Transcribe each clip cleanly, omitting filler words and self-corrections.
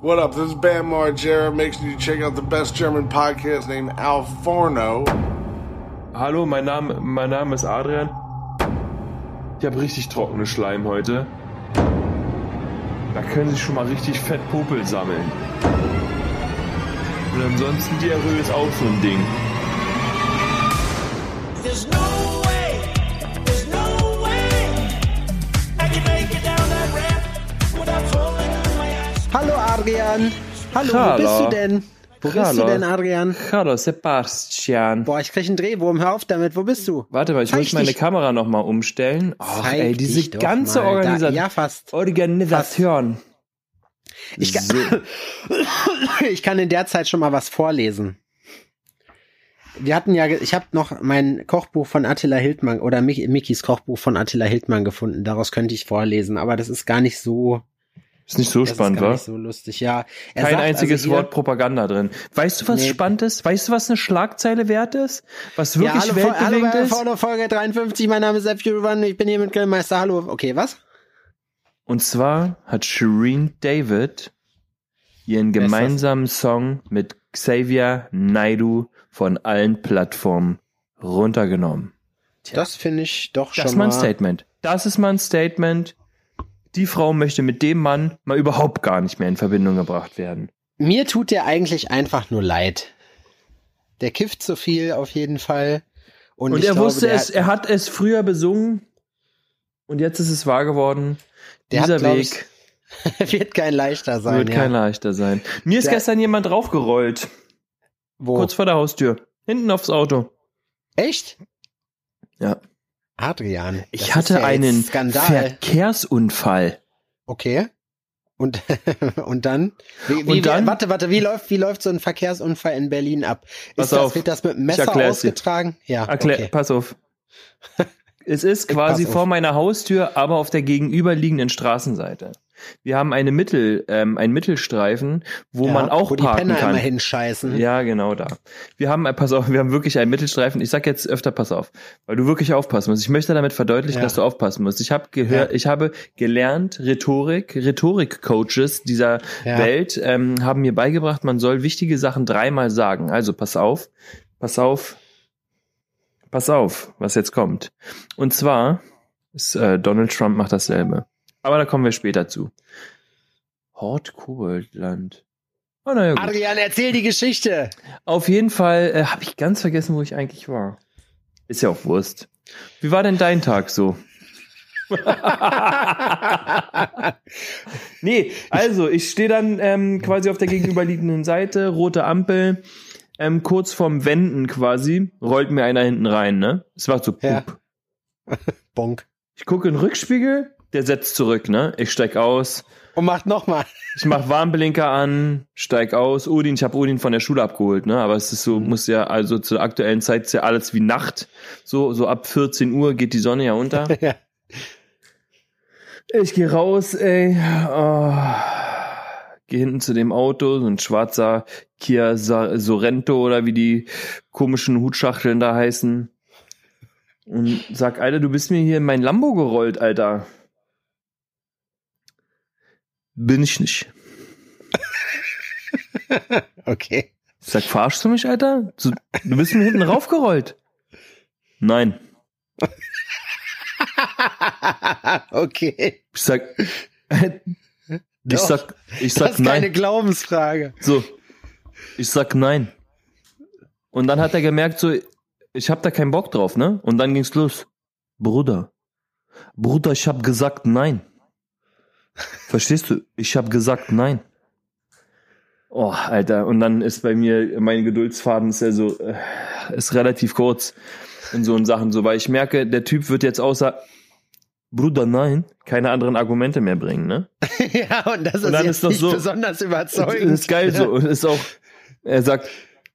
What up? This is Bam Margera. Make sure you check out the best German podcast named Al Forno. Hallo, mein Name ist Adrian. Ich habe richtig trockene Schleim heute. Da können sich schon mal richtig fett Popel sammeln. Und ansonsten Diarrhoe ist auch so ein Ding. Hallo Adrian. Hallo, wo bist du denn? Wo bist du denn, Adrian? Hallo, Sebastian. Boah, ich krieg einen Drehwurm. Hör auf damit. Wo bist du? Warte mal, ich muss meine Kamera nochmal umstellen. Och, ey, diese ganze Organisation. Ich kann in der Zeit schon mal was vorlesen. Ich habe noch mein Kochbuch von Attila Hildmann oder Mickys Kochbuch von Attila Hildmann gefunden. Daraus könnte ich vorlesen, aber das ist gar nicht so... Ist nicht so spannend, wa? Ist gar nicht so lustig, ja. Kein einziges Wort Propaganda drin. Weißt du, was spannend ist? Weißt du, was eine Schlagzeile wert ist? Was wirklich weltbewegend ist? Hallo, Folge 53, mein Name ist F. Juvan, ich bin hier mit Grillmeister, hallo. Okay, was? Und zwar hat Shireen David ihren gemeinsamen Song mit Xavier Naidoo von allen Plattformen runtergenommen. Tja, das finde ich doch schon mal... Das ist mal ein Statement. Das ist mal ein Statement. Die Frau möchte mit dem Mann mal überhaupt gar nicht mehr in Verbindung gebracht werden. Mir tut der eigentlich einfach nur leid. Der kifft zu viel auf jeden Fall. Und er wusste es, er hat es früher besungen und jetzt ist es wahr geworden. Dieser Weg wird kein leichter sein. Wird kein leichter sein. Mir ist gestern jemand draufgerollt. Wo? Kurz vor der Haustür. Hinten aufs Auto. Echt? Ja. Adrian. Ich hatte einen Verkehrsunfall. Okay. Und dann? Warte, wie läuft so ein Verkehrsunfall in Berlin ab? Wird das mit einem Messer ausgetragen? Ja. Okay. Pass auf. Es ist quasi vor meiner Haustür, aber auf der gegenüberliegenden Straßenseite. Wir haben einen Mittelstreifen, wo man auch parken kann. Wo die Penner immer hinscheißen. Ja, genau da. Wir haben wirklich einen Mittelstreifen. Ich sag jetzt öfter pass auf, weil du wirklich aufpassen musst. Ich möchte damit verdeutlichen, dass du aufpassen musst. Ich habe gelernt, Rhetorik-Coaches dieser Welt haben mir beigebracht, man soll wichtige Sachen dreimal sagen. Also pass auf, was jetzt kommt. Und zwar ist Donald Trump macht dasselbe. Aber da kommen wir später zu. Hort-Koboldland. Oh, na ja, gut. Adrian, erzähl die Geschichte. Auf jeden Fall habe ich ganz vergessen, wo ich eigentlich war. Ist ja auch Wurst. Wie war denn dein Tag so? Nee, also ich stehe dann quasi auf der gegenüberliegenden Seite, rote Ampel, kurz vorm Wenden quasi, rollt mir einer hinten rein, ne? Es war so pup. Ja. Bonk. Ich gucke in den Rückspiegel, der setzt zurück, ne? Ich steig aus. Und macht nochmal. Ich mach Warnblinker an, steig aus. Ich habe Odin von der Schule abgeholt, ne? Aber es ist so, muss ja, also zur aktuellen Zeit ist ja alles wie Nacht. So ab 14 Uhr geht die Sonne ja unter. Ja. Ich gehe raus, ey. Geh hinten zu dem Auto, so ein schwarzer Kia Sorento oder wie die komischen Hutschachteln da heißen. Und sag, Alter, du bist mir hier in mein Lambo gerollt, Alter. Bin ich nicht. Okay. Ich sag, verarschst du mich, Alter? Du bist mir hinten raufgerollt. Nein. Okay. Ich sag das ist nein. Keine Glaubensfrage. So. Ich sag nein. Und dann hat er gemerkt, so, ich hab da keinen Bock drauf, ne? Und dann ging's los. Bruder, ich hab gesagt nein. Verstehst du? Ich hab gesagt nein. Oh, Alter. Und dann ist bei mir, mein Geduldsfaden ist ja so, ist relativ kurz in so Sachen so, weil ich merke, der Typ wird jetzt außer Bruder, nein, keine anderen Argumente mehr bringen, ne? Ja, und das und ist jetzt nicht so besonders überzeugend. Das ist geil so. Und ist auch, er sagt,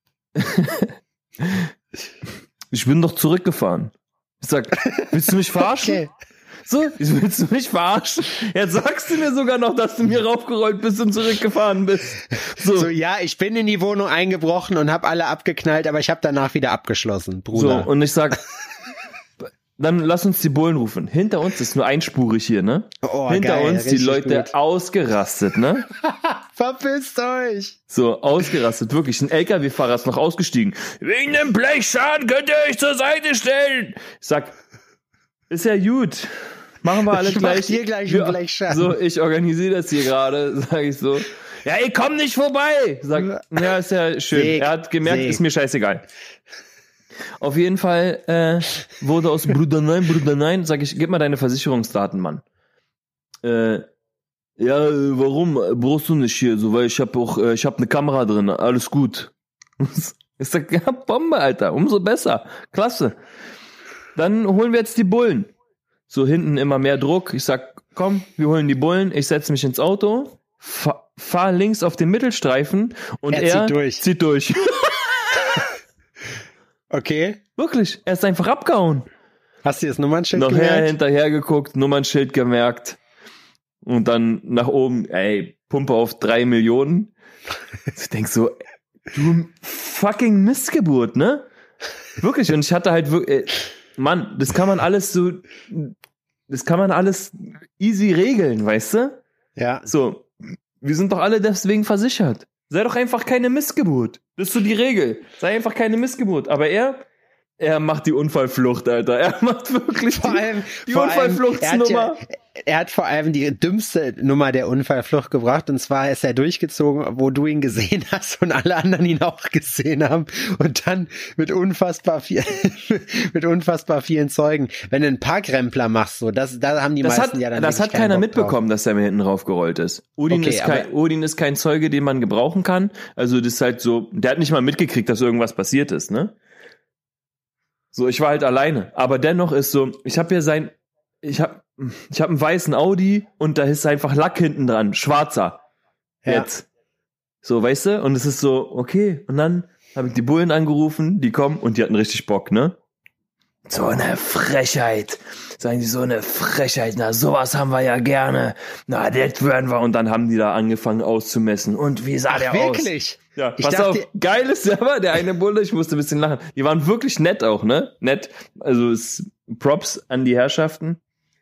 ich bin doch zurückgefahren. Ich sag, willst du mich verarschen? Okay. So, willst du mich verarschen? Jetzt sagst du mir sogar noch, dass du mir raufgerollt bist und zurückgefahren bist. So, ja, ich bin in die Wohnung eingebrochen und hab alle abgeknallt, aber ich habe danach wieder abgeschlossen, Bruder. So, und ich sag, dann lass uns die Bullen rufen. Hinter uns ist nur einspurig hier, ne? Oh, Hinter geil, uns die Leute gut. ausgerastet, ne? Verpisst euch! So, ausgerastet, wirklich. Ein LKW-Fahrer ist noch ausgestiegen. Wegen dem Blechschaden könnt ihr euch zur Seite stellen. Ich sag, ist ja gut. Machen wir alle Ich gleich. mach dir gleich einen Blechschaden. So, ich organisiere das hier gerade, sage ich so. Ja, ich komm nicht vorbei. Sag, ja, ist ja schön. Er hat gemerkt, ist mir scheißegal. Auf jeden Fall wurde aus Bruder nein, sag ich, gib mal deine Versicherungsdaten, Mann. Ja, warum brauchst du nicht hier? So, weil ich hab eine Kamera drin, alles gut. Ich sag, ja, Bombe, Alter, umso besser. Klasse. Dann holen wir jetzt die Bullen. So hinten immer mehr Druck. Ich sag, komm, wir holen die Bullen. Ich setze mich ins Auto, fahr links auf den Mittelstreifen und er zieht durch. Okay. Wirklich, er ist einfach abgehauen. Hast du das Nummernschild Nachher gemerkt? hinterher geguckt, Nummernschild gemerkt. Und dann nach oben, Pumpe auf 3 Millionen. Ich denk so, du fucking Missgeburt, ne? Wirklich, und ich hatte halt wirklich, Mann, das kann man alles easy regeln, weißt du? Ja. So, wir sind doch alle deswegen versichert. Sei doch einfach keine Missgeburt. Das ist so die Regel. Sei einfach keine Missgeburt. Aber er macht die Unfallflucht, Alter. Er macht wirklich die Unfallfluchtsnummer. Er hat vor allem die dümmste Nummer der Unfallflucht gebracht. Und zwar ist er durchgezogen, wo du ihn gesehen hast und alle anderen ihn auch gesehen haben. Und dann mit unfassbar vielen Zeugen. Wenn du einen Parkrempler machst, so, da haben die meisten ja dann das hat keiner mitbekommen, dass er mir hinten raufgerollt ist. Odin ist kein Zeuge, den man gebrauchen kann. Also das ist halt so, der hat nicht mal mitgekriegt, dass irgendwas passiert ist, ne? So, ich war halt alleine. Aber dennoch ist so, ich habe einen weißen Audi und da ist einfach Lack hinten dran, schwarzer. Ja. Jetzt. So, weißt du? Und es ist so, okay. Und dann habe ich die Bullen angerufen, die kommen und die hatten richtig Bock, ne? So eine Frechheit. Sagen die, so eine Frechheit. Na, sowas haben wir ja gerne. Na, das würden wir. Und dann haben die da angefangen auszumessen. Und wie sah der aus? Wirklich? Ja, pass auf, geil ist aber der eine Bulle, ich musste ein bisschen lachen. Die waren wirklich nett auch, ne? Nett. Also Props an die Herrschaften.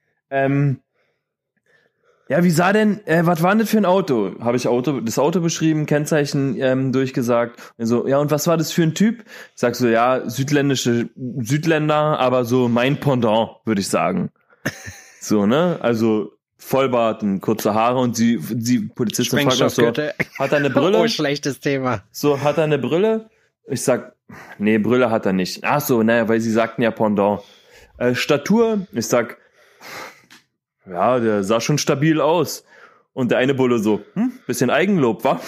Ja, wie sah denn, was war denn das für ein Auto? Habe ich das Auto beschrieben, Kennzeichen durchgesagt. Also, ja, und was war das für ein Typ? Ich sag so, ja, Südländer, aber so mein Pendant, würde ich sagen. So, ne? Also Vollbart und kurze Haare und die Polizistin fragt mich so, hat er eine Brille? Oh, schlechtes Thema. So, hat er eine Brille? Ich sag, nee, Brille hat er nicht. Ach so, naja, weil sie sagten ja Pendant. Statur? Ich sag, ja, der sah schon stabil aus. Und der eine Bulle so, bisschen Eigenlob, wa?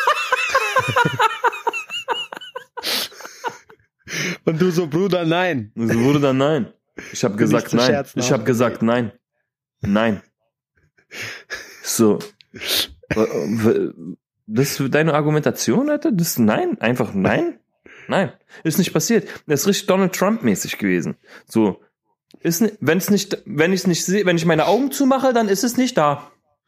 Und du so, Bruder, nein. Und so wurde dann nein. Ich habe gesagt nein. Ich habe gesagt nein. Nein. So. Das ist deine Argumentation, Alter? Das nein? Einfach nein? Nein. Ist nicht passiert. Das ist richtig Donald Trump-mäßig gewesen. So. Wenn ich meine Augen zumache, dann ist es nicht da.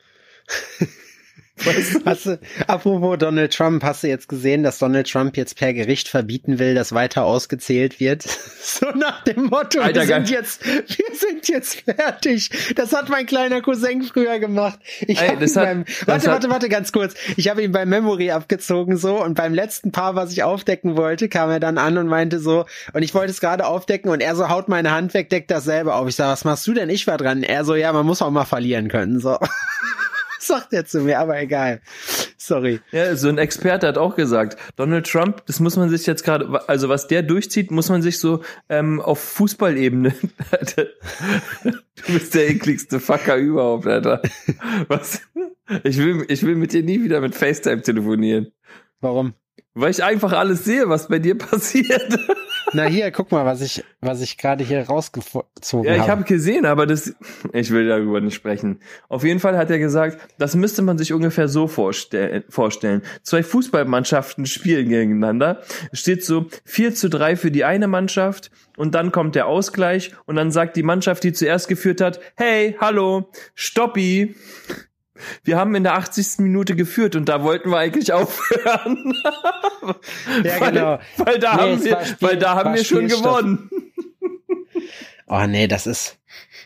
Weißt du? Apropos Donald Trump, hast du jetzt gesehen, dass Donald Trump jetzt per Gericht verbieten will, dass weiter ausgezählt wird? So nach dem Motto, Alter, wir sind jetzt fertig. Das hat mein kleiner Cousin früher gemacht. Warte, ganz kurz. Ich habe ihn beim Memory abgezogen so und beim letzten Paar, was ich aufdecken wollte, kam er dann an und meinte so, und ich wollte es gerade aufdecken und er so, haut meine Hand weg, deckt dasselbe auf. Ich sag, was machst du denn? Ich war dran. Er so, ja, man muss auch mal verlieren können, so. Sagt er zu mir, aber egal. Sorry. Ja, so ein Experte hat auch gesagt, Donald Trump, das muss man sich jetzt gerade, also was der durchzieht, muss man sich so auf Fußballebene, du bist der ekligste Fucker überhaupt, Alter. Was? Ich will mit dir nie wieder mit FaceTime telefonieren. Warum? Weil ich einfach alles sehe, was bei dir passiert. Na hier, guck mal, was ich gerade hier rausgezogen habe. Ja, ich habe gesehen, aber ich will darüber nicht sprechen. Auf jeden Fall hat er gesagt, das müsste man sich ungefähr so vorstellen. 2 Fußballmannschaften spielen gegeneinander. Es steht so 4:3 für die eine Mannschaft und dann kommt der Ausgleich und dann sagt die Mannschaft, die zuerst geführt hat, hey, hallo, Stoppi. Wir haben in der 80. Minute geführt und da wollten wir eigentlich aufhören. Ja, genau. Weil da haben wir schon gewonnen. Oh nee, das ist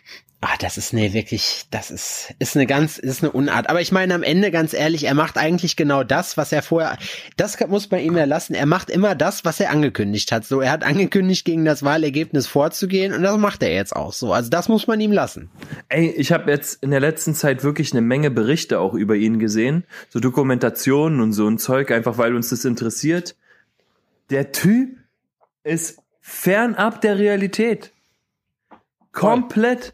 eine Unart. Aber ich meine, am Ende, ganz ehrlich, er macht eigentlich genau das, was er vorher, das muss man ihm ja lassen, er macht immer das, was er angekündigt hat. So, er hat angekündigt, gegen das Wahlergebnis vorzugehen und das macht er jetzt auch so. Also das muss man ihm lassen. Ey, ich habe jetzt in der letzten Zeit wirklich eine Menge Berichte auch über ihn gesehen, so Dokumentationen und so ein Zeug, einfach weil uns das interessiert. Der Typ ist fernab der Realität. Komplett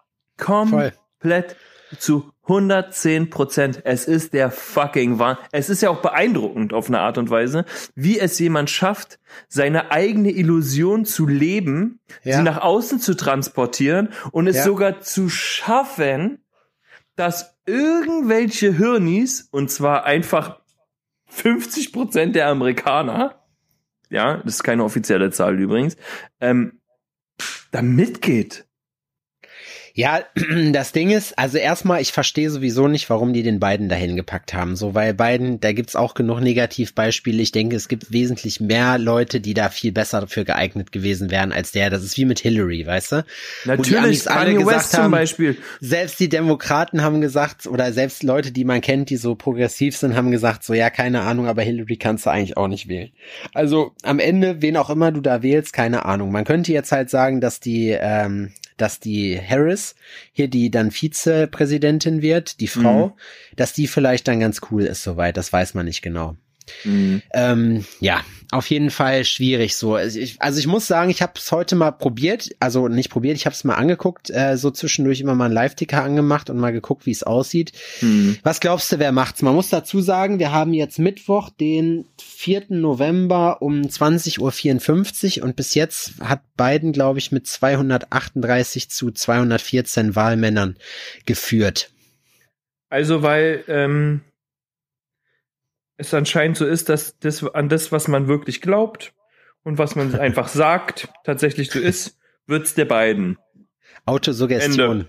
zu 110%. Es ist der fucking Wahnsinn. Es ist ja auch beeindruckend auf eine Art und Weise, wie es jemand schafft, seine eigene Illusion zu leben, sie nach außen zu transportieren und es sogar zu schaffen, dass irgendwelche Hirnis, und zwar einfach 50% der Amerikaner, ja, das ist keine offizielle Zahl übrigens, da mitgeht. Ja, das Ding ist, also erstmal, ich verstehe sowieso nicht, warum die den Biden dahin gepackt haben. So, weil Biden, da gibt's auch genug Negativbeispiele. Ich denke, es gibt wesentlich mehr Leute, die da viel besser dafür geeignet gewesen wären als der. Das ist wie mit Hillary, weißt du? Natürlich, Kanye West zum Beispiel. Selbst die Demokraten haben gesagt, oder selbst Leute, die man kennt, die so progressiv sind, haben gesagt, so, ja, keine Ahnung, aber Hillary kannst du eigentlich auch nicht wählen. Also, am Ende, wen auch immer du da wählst, keine Ahnung. Man könnte jetzt halt sagen, dass die Harris, hier die dann Vizepräsidentin wird, die Frau, dass die vielleicht dann ganz cool ist soweit, das weiß man nicht genau. Ja, auf jeden Fall schwierig so. Also ich muss sagen, ich habe es heute mal probiert, also nicht probiert, ich habe es mal angeguckt, so zwischendurch immer mal einen Live-Ticker angemacht und mal geguckt, wie es aussieht. Was glaubst du, wer macht's? Man muss dazu sagen, wir haben jetzt Mittwoch, den 4. November um 20:54 Uhr und bis jetzt hat Biden, glaube ich, mit 238 zu 214 Wahlmännern geführt. Also, weil es anscheinend so ist, dass an das, was man wirklich glaubt und was man einfach sagt, tatsächlich so ist, wird's der Biden. Autosuggestion. Ende.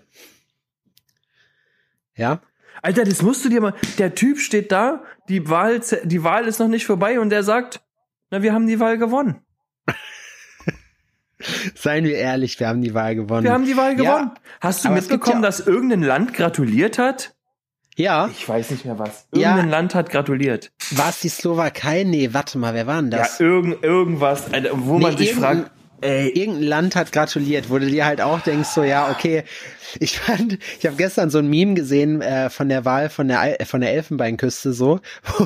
Ja? Alter, das musst du dir mal, der Typ steht da, die Wahl ist noch nicht vorbei und der sagt, na, wir haben die Wahl gewonnen. Seien wir ehrlich, wir haben die Wahl gewonnen. Wir haben die Wahl gewonnen. Ja, hast du mitbekommen, dass irgendein Land gratuliert hat? Ja. Ich weiß nicht mehr was. Irgendein Land hat gratuliert. War es die Slowakei? Nee, warte mal, wer war denn das? Ja, irgendwas, Alter, wo man sich fragt, irgendein Land hat gratuliert, wo du dir halt auch denkst, so, ja, okay, ich habe gestern so ein Meme gesehen von der Wahl von der Elfenbeinküste so,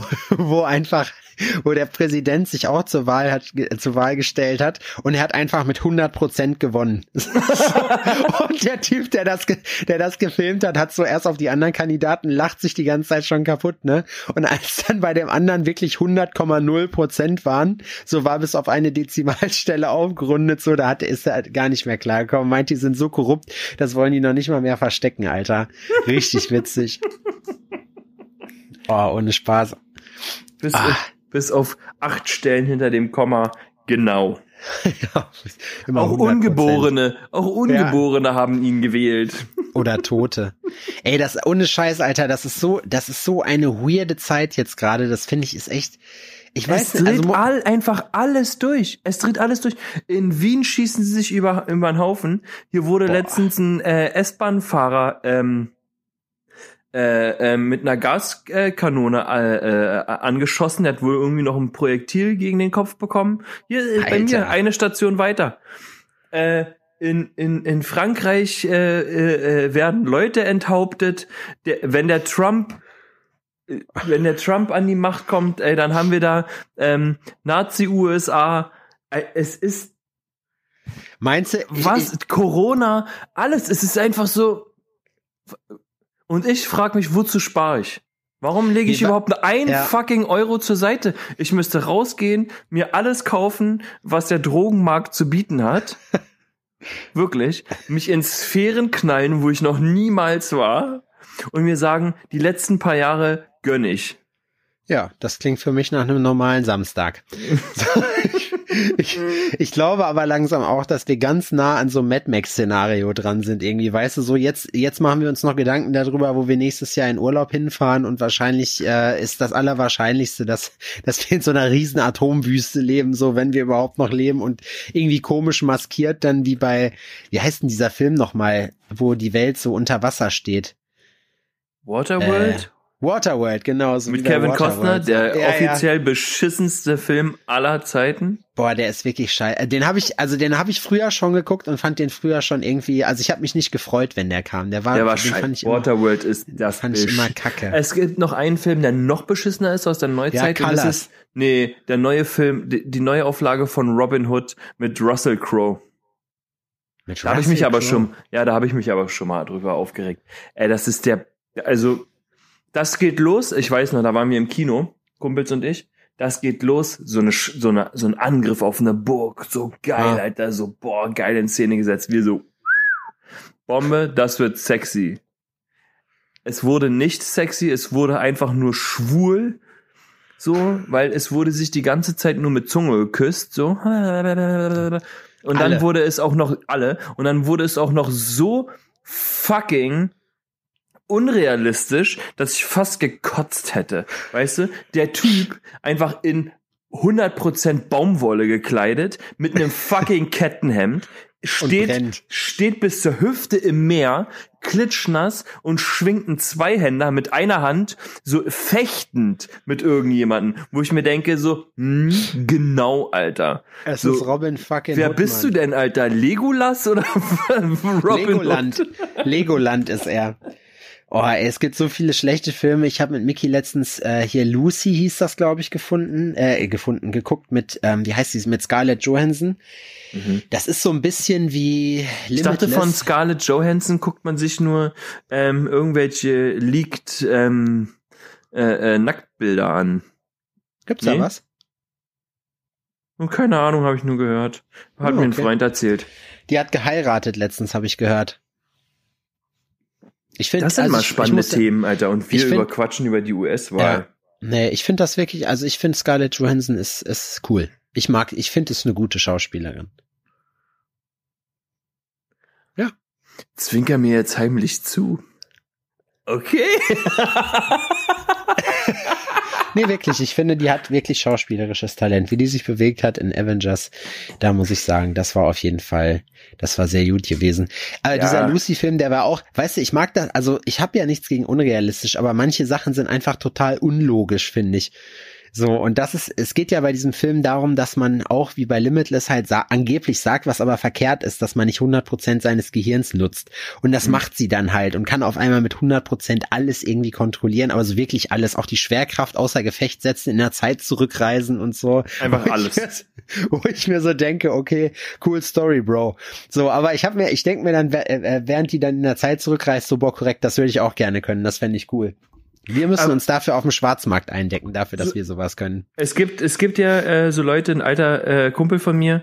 wo der Präsident sich auch zur Wahl gestellt hat und er hat einfach mit 100% gewonnen. Und der Typ, der das gefilmt hat so erst auf die anderen Kandidaten, lacht sich die ganze Zeit schon kaputt, ne? Und als dann bei dem anderen wirklich 100,0% waren, so war bis auf eine Dezimalstelle aufgerundet, so, ist er gar nicht mehr klargekommen. Meint, die sind so korrupt, das wollen die noch nicht mal mehr verstecken, Alter. Richtig witzig. Oh, ohne Spaß. Bis auf 8 Stellen hinter dem Komma, genau. Ja, auch Ungeborene haben ihn gewählt. Oder Tote. Ey, das ohne Scheiß, Alter, das ist so eine weirde Zeit jetzt gerade, das finde ich ist echt, ich weiß nicht, also einfach alles durch. Es dreht alles durch. In Wien schießen sie sich über den Haufen. Hier wurde letztens ein S-Bahn-Fahrer mit einer Gaskanone angeschossen. Der hat wohl irgendwie noch ein Projektil gegen den Kopf bekommen. Hier bei mir, eine Station weiter. In Frankreich werden Leute enthauptet. Wenn der Trump an die Macht kommt, dann haben wir da Nazi-USA. Es ist meinst du, Corona, alles, es ist einfach so. Und ich frage mich, wozu spare ich? Warum lege ich überhaupt einen fucking Euro zur Seite? Ich müsste rausgehen, mir alles kaufen, was der Drogenmarkt zu bieten hat. Wirklich. Mich in Sphären knallen, wo ich noch niemals war. Und mir sagen, die letzten paar Jahre gönn ich. Ja, das klingt für mich nach einem normalen Samstag. Ich glaube aber langsam auch, dass wir ganz nah an so einem Mad Max-Szenario dran sind irgendwie. Weißt du, so jetzt machen wir uns noch Gedanken darüber, wo wir nächstes Jahr in Urlaub hinfahren und wahrscheinlich ist das Allerwahrscheinlichste, dass wir in so einer riesen Atomwüste leben, so wenn wir überhaupt noch leben und irgendwie komisch maskiert dann wie bei, wie heißt denn dieser Film nochmal, wo die Welt so unter Wasser steht? Waterworld? Waterworld, genau. So mit Kevin Costner, der offiziell beschissenste Film aller Zeiten. Boah, der ist wirklich scheiße. Den habe ich früher schon geguckt und fand den früher schon irgendwie, also ich habe mich nicht gefreut, wenn der kam. Der war scheiße. Waterworld ist das fand ich immer kacke. Es gibt noch einen Film, der noch beschissener ist aus der Neuzeit. Ja, und das ist, der neue Film, die neue Auflage von Robin Hood mit Russell Crowe. Da habe ich mich aber schon mal drüber aufgeregt. Das geht los, ich weiß noch, da waren wir im Kino, Kumpels und ich, das geht los, so ein Angriff auf eine Burg, so geil, Alter, so, geil in Szene gesetzt, wir so, Bombe, das wird sexy. Es wurde nicht sexy, es wurde einfach nur schwul, so, weil es wurde sich die ganze Zeit nur mit Zunge geküsst, so, und dann wurde es auch noch so fucking unrealistisch, dass ich fast gekotzt hätte. Weißt du? Der Typ einfach in 100% Baumwolle gekleidet, mit einem fucking Kettenhemd, steht bis zur Hüfte im Meer, klitschnass und schwingt einen Zweihänder mit einer Hand, so fechtend mit irgendjemanden, wo ich mir denke, so, genau, Alter. Es so, ist Robin fucking Wer Hood, bist Mann. du denn, Alter? Legolas oder Robin Legoland. Hood? Legoland ist er. Oh, ey, es gibt so viele schlechte Filme. Ich habe mit Mickey letztens hier Lucy hieß das, glaube ich, geguckt mit, wie heißt sie, mit Scarlett Johansson. Mhm. Das ist so ein bisschen wie Limitless. Ich dachte, von Scarlett Johansson guckt man sich nur irgendwelche leaked Nacktbilder an. Gibt's da was? Und keine Ahnung, habe ich nur gehört. Hat mir ein Freund erzählt. Die hat geheiratet letztens, habe ich gehört. Das sind mal spannende Themen, Alter. Und wir überquatschen über die US-Wahl. Ja, nee, ich finde das wirklich, also ich finde Scarlett Johansson ist cool. Ich finde es eine gute Schauspielerin. Ja. Zwinker mir jetzt heimlich zu. Okay. Nee, wirklich, ich finde, die hat wirklich schauspielerisches Talent. Wie die sich bewegt hat in Avengers, da muss ich sagen, das war sehr gut gewesen. Aber dieser Lucy-Film, der war auch, weißt du, ich mag das, also ich habe ja nichts gegen unrealistisch, aber manche Sachen sind einfach total unlogisch, finde ich. So, und es geht ja bei diesem Film darum, dass man auch wie bei Limitless halt angeblich sagt, was aber verkehrt ist, dass man nicht 100% seines Gehirns nutzt. Und das macht sie dann halt und kann auf einmal mit 100% alles irgendwie kontrollieren, aber so wirklich alles, auch die Schwerkraft außer Gefecht setzen, in der Zeit zurückreisen und so. Einfach alles. Wo ich mir so denke, okay, cool Story, Bro. So, aber ich denke mir dann, während die dann in der Zeit zurückreist, so, korrekt, das würde ich auch gerne können, das fände ich cool. Wir müssen uns dafür auf dem Schwarzmarkt eindecken, dafür, dass wir sowas können. Es gibt ja so Leute, ein alter Kumpel von mir,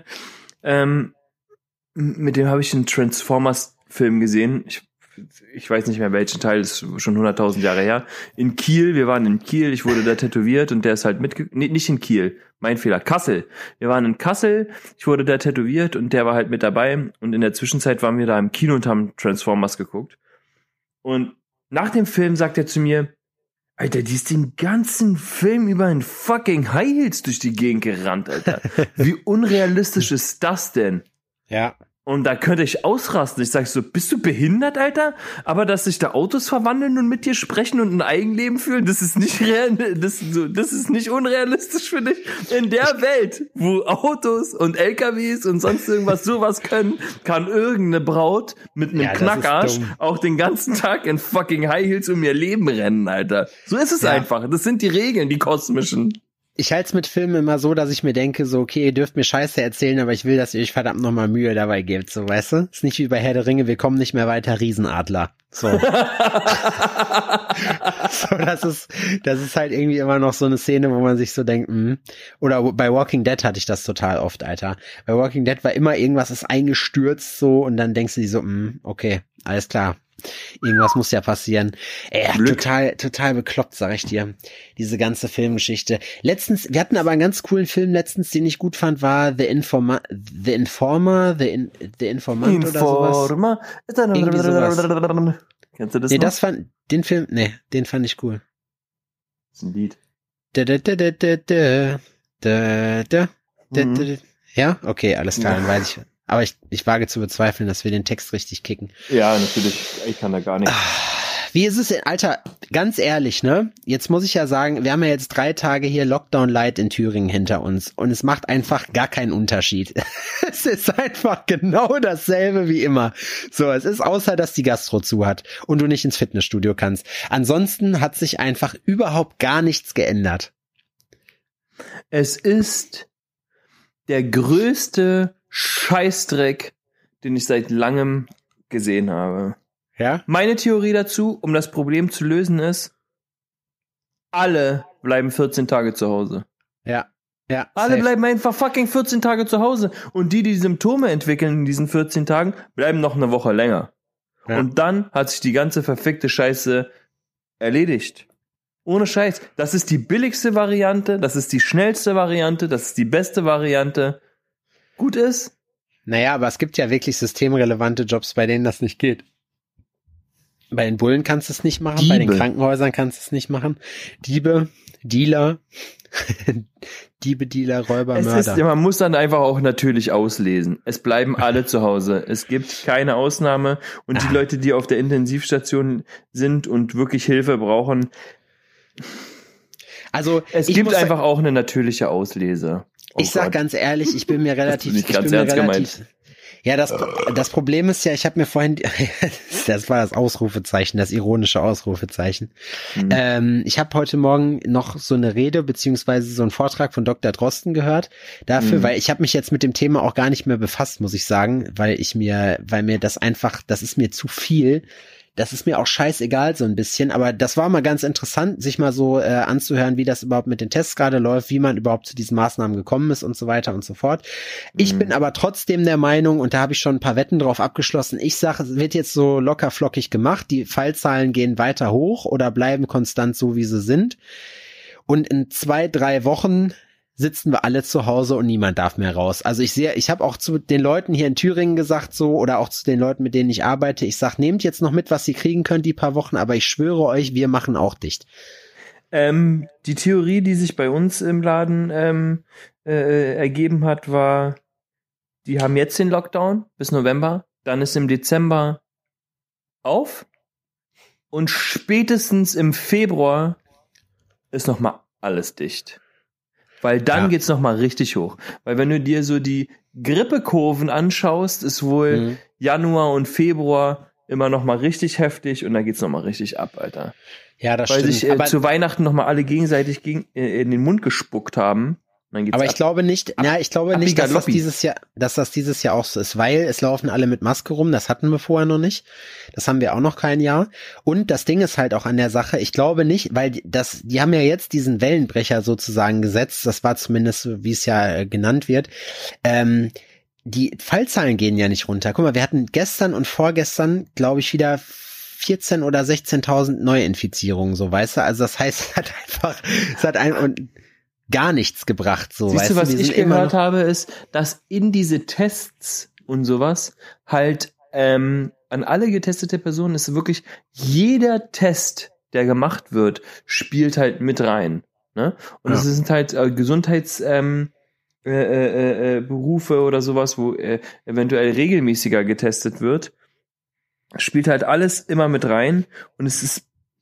mit dem habe ich einen Transformers-Film gesehen. Ich weiß nicht mehr welchen Teil, ist schon 100.000 Jahre her. In Kiel, wir waren in Kiel, ich wurde da tätowiert und der ist halt nicht in Kiel, mein Fehler, Kassel. Wir waren in Kassel, ich wurde da tätowiert und der war halt mit dabei und in der Zwischenzeit waren wir da im Kino und haben Transformers geguckt. Und nach dem Film sagt er zu mir, Alter, die ist den ganzen Film über in fucking High Heels durch die Gegend gerannt, Alter. Wie unrealistisch ist das denn? Ja. Und da könnte ich ausrasten. Ich sag so, bist du behindert, Alter? Aber dass sich da Autos verwandeln und mit dir sprechen und ein Eigenleben fühlen, das ist nicht das ist nicht unrealistisch für dich. In der Welt, wo Autos und LKWs und sonst irgendwas sowas können, kann irgendeine Braut mit einem Knackarsch auch den ganzen Tag in fucking High Heels um ihr Leben rennen, Alter. So ist es einfach. Das sind die Regeln, die kosmischen. Ich halte es mit Filmen immer so, dass ich mir denke, so, okay, ihr dürft mir Scheiße erzählen, aber ich will, dass ihr euch verdammt nochmal Mühe dabei gebt, so, weißt du? Ist nicht wie bei Herr der Ringe, wir kommen nicht mehr weiter, Riesenadler. So. So, das ist halt irgendwie immer noch so eine Szene, wo man sich so denkt, Oder bei Walking Dead hatte ich das total oft, Alter. Bei Walking Dead war immer irgendwas ist eingestürzt, so, und dann denkst du dir so, okay, alles klar. Irgendwas muss ja passieren. Total bekloppt, sag ich dir. Diese ganze Filmgeschichte. Letztens, wir hatten aber einen ganz coolen Film letztens, den ich gut fand, war The Informant oder sowas. Irgendwie sowas. Kennst du das Nee, noch? den fand ich cool. Das ist ein Lied. Ja, okay, alles klar, dann weiß ich. Aber ich wage zu bezweifeln, dass wir den Text richtig kicken. Ja, natürlich. Ich kann da gar nicht. Wie ist es, Alter, ganz ehrlich, ne? Jetzt muss ich ja sagen, wir haben ja jetzt 3 Tage hier Lockdown Light in Thüringen hinter uns und es macht einfach gar keinen Unterschied. Es ist einfach genau dasselbe wie immer. So, es ist außer, dass die Gastro zu hat und du nicht ins Fitnessstudio kannst. Ansonsten hat sich einfach überhaupt gar nichts geändert. Es ist der größte Scheißdreck, den ich seit langem gesehen habe. Ja? Meine Theorie dazu, um das Problem zu lösen, ist, alle bleiben 14 Tage zu Hause. Ja. Alle bleiben einfach fucking 14 Tage zu Hause. Und die Symptome entwickeln in diesen 14 Tagen, bleiben noch eine Woche länger. Ja. Und dann hat sich die ganze verfickte Scheiße erledigt. Ohne Scheiß. Das ist die billigste Variante, das ist die schnellste Variante, das ist die beste Variante. Gut ist. Naja, aber es gibt ja wirklich systemrelevante Jobs, bei denen das nicht geht. Bei den Bullen kannst du es nicht machen, bei den Krankenhäusern kannst du es nicht machen. Diebe, Dealer, Räuber, Mörder. Man muss dann einfach auch natürlich auslesen. Es bleiben alle zu Hause. Es gibt keine Ausnahme. Und die Leute, die auf der Intensivstation sind und wirklich Hilfe brauchen, also es gibt einfach auch eine natürliche Auslese. Ich sag ganz ehrlich, ich bin mir relativ... Ja, das Problem ist ja, ich habe mir vorhin, das war das Ausrufezeichen, das ironische Ausrufezeichen. Ich habe heute Morgen noch so eine Rede beziehungsweise so einen Vortrag von Dr. Drosten gehört dafür, weil ich habe mich jetzt mit dem Thema auch gar nicht mehr befasst, muss ich sagen, weil mir das einfach, das ist mir zu viel. Das ist mir auch scheißegal so ein bisschen, aber das war mal ganz interessant, sich mal so anzuhören, wie das überhaupt mit den Tests gerade läuft, wie man überhaupt zu diesen Maßnahmen gekommen ist und so weiter und so fort. Ich bin aber trotzdem der Meinung, und da habe ich schon ein paar Wetten drauf abgeschlossen, ich sage, es wird jetzt so locker flockig gemacht, die Fallzahlen gehen weiter hoch oder bleiben konstant so, wie sie sind. Und in 2-3 Wochen sitzen wir alle zu Hause und niemand darf mehr raus. Also ich habe auch zu den Leuten hier in Thüringen gesagt so, oder auch zu den Leuten, mit denen ich arbeite, ich sag, nehmt jetzt noch mit, was ihr kriegen könnt, die paar Wochen, aber ich schwöre euch, wir machen auch dicht. Die Theorie, die sich bei uns im Laden ergeben hat, war, die haben jetzt den Lockdown bis November, dann ist im Dezember auf und spätestens im Februar ist nochmal alles dicht. Weil dann geht's noch mal richtig hoch. Weil wenn du dir so die Grippekurven anschaust, ist wohl Januar und Februar immer noch mal richtig heftig und dann geht's noch mal richtig ab, Alter. Ja, das weil stimmt. Weil sich zu Weihnachten noch mal alle gegenseitig in den Mund gespuckt haben. Dann geht's aber ab. Ich glaube nicht, dass das dieses Jahr auch so ist, weil es laufen alle mit Maske rum, das hatten wir vorher noch nicht. Das haben wir auch noch kein Jahr. Und das Ding ist halt auch an der Sache, ich glaube nicht, weil die haben ja jetzt diesen Wellenbrecher sozusagen gesetzt, das war zumindest so, wie es ja genannt wird. Die Fallzahlen gehen ja nicht runter. Guck mal, wir hatten gestern und vorgestern, glaube ich, wieder 14.000 oder 16.000 Neuinfizierungen, so, weißt du? Also das heißt, es hat gar nichts gebracht, so. Siehst du, was ich gehört habe, ist, dass in diese Tests und sowas halt an alle getestete Personen ist wirklich jeder Test, der gemacht wird, spielt halt mit rein. Ne? Und es sind halt Gesundheitsberufe oder sowas, wo eventuell regelmäßiger getestet wird. Spielt halt alles immer mit rein und es ist